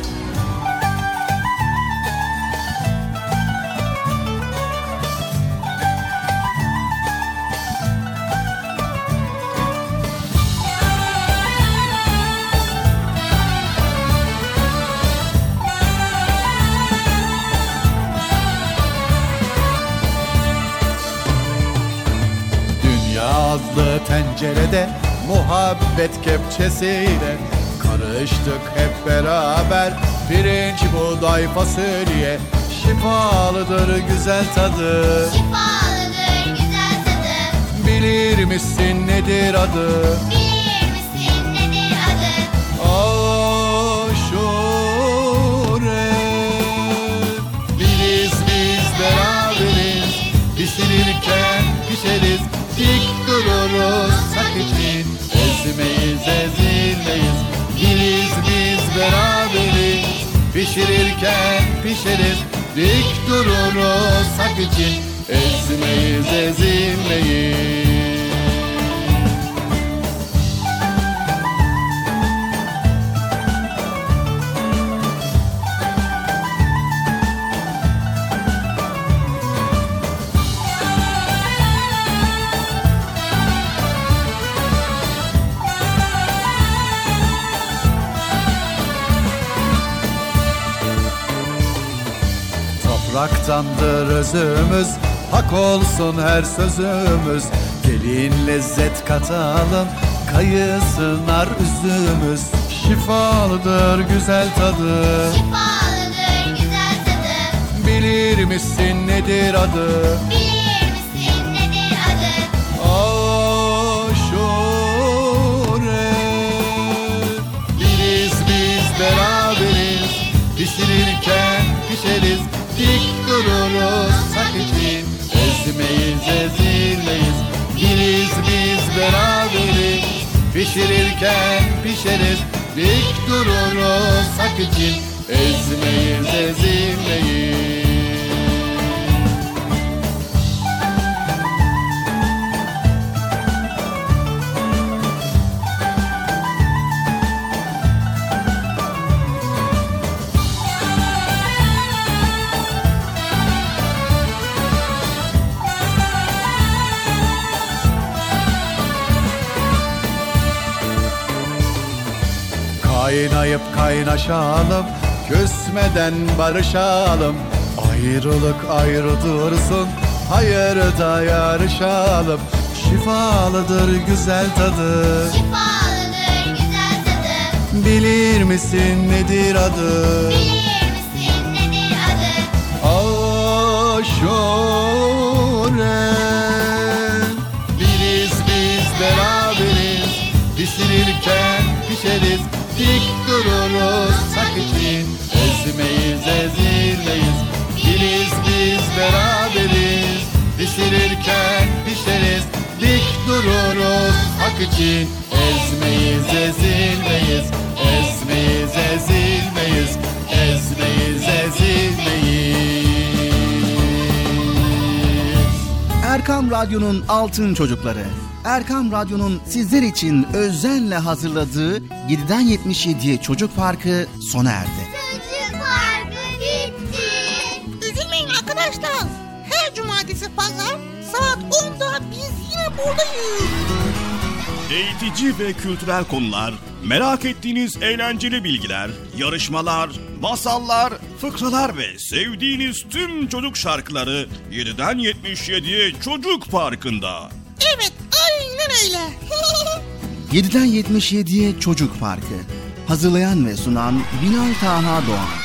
Dünya azlı tencerede muhabbet kepçesiyle karıştık hep beraber. Pirinç, buğday, fasulye şifalıdır güzel tadı. Şifalıdır güzel tadı. Bilir misin nedir adı? Bilir misin nedir adı? Aşure. Biriz biz beraberiz, pişirirken pişeriz. Dik dururuz hak için, ezmeyiz ezilmeyiz. Biriz biz beraberiz, pişirirken pişeriz. Dik dururuz hak için, ezmeyiz ezilmeyiz. Topraktandır özümüz, hak olsun her sözümüz. Gelin lezzet katalım, kayısı nar üzümüz. Şifalıdır güzel tadı, Şifalıdır güzel tadı. bilir misin nedir adı? Bilir misin nedir adı? Aşure. Biriz biz beraberiz, pişirirken pişeriz. Dik dururuz hak için, ezmeyiz ezilmeyiz. Biriz biz beraberiz, pişirirken pişeriz. Dik dururuz hak için, ezmeyiz ezilmeyiz. Kaynayıp kaynaşalım, küsmeden barışalım. Ayrılık ayrı dursun, hayırda yarışalım. Şifalıdır güzel tadı, Şifalıdır güzel tadı. bilir misin nedir adı? Bilir misin nedir adı? Aşure. Biriz biz beraberiz, pişirirken pişeriz. Dik dururuz hak için, ezmeyiz ezilmeyiz. Biriz biz beraberiz, pişirirken pişeriz. Dik dururuz hak için, ezmeyiz ezilmeyiz. Ezmeyiz ezilmeyiz, ezmeyiz ezilmeyiz. Erkam Radyo'nun Altın Çocukları. Erkam Radyo'nun sizler için özenle hazırladığı yediden yetmiş yediye Çocuk Parkı sona erdi. Çocuk parkı bitti. Üzülmeyin arkadaşlar. Her cumartesi pazar saat onda biz yine buradayız. Eğitici ve kültürel konular, merak ettiğiniz eğlenceli bilgiler, yarışmalar, masallar, fıkralar ve sevdiğiniz tüm çocuk şarkıları yediden yetmiş yediye Çocuk Parkı'nda. Evet, aynen öyle. yediden yetmiş yediye Çocuk Parkı. Hazırlayan ve sunan Binal Taha Doğan.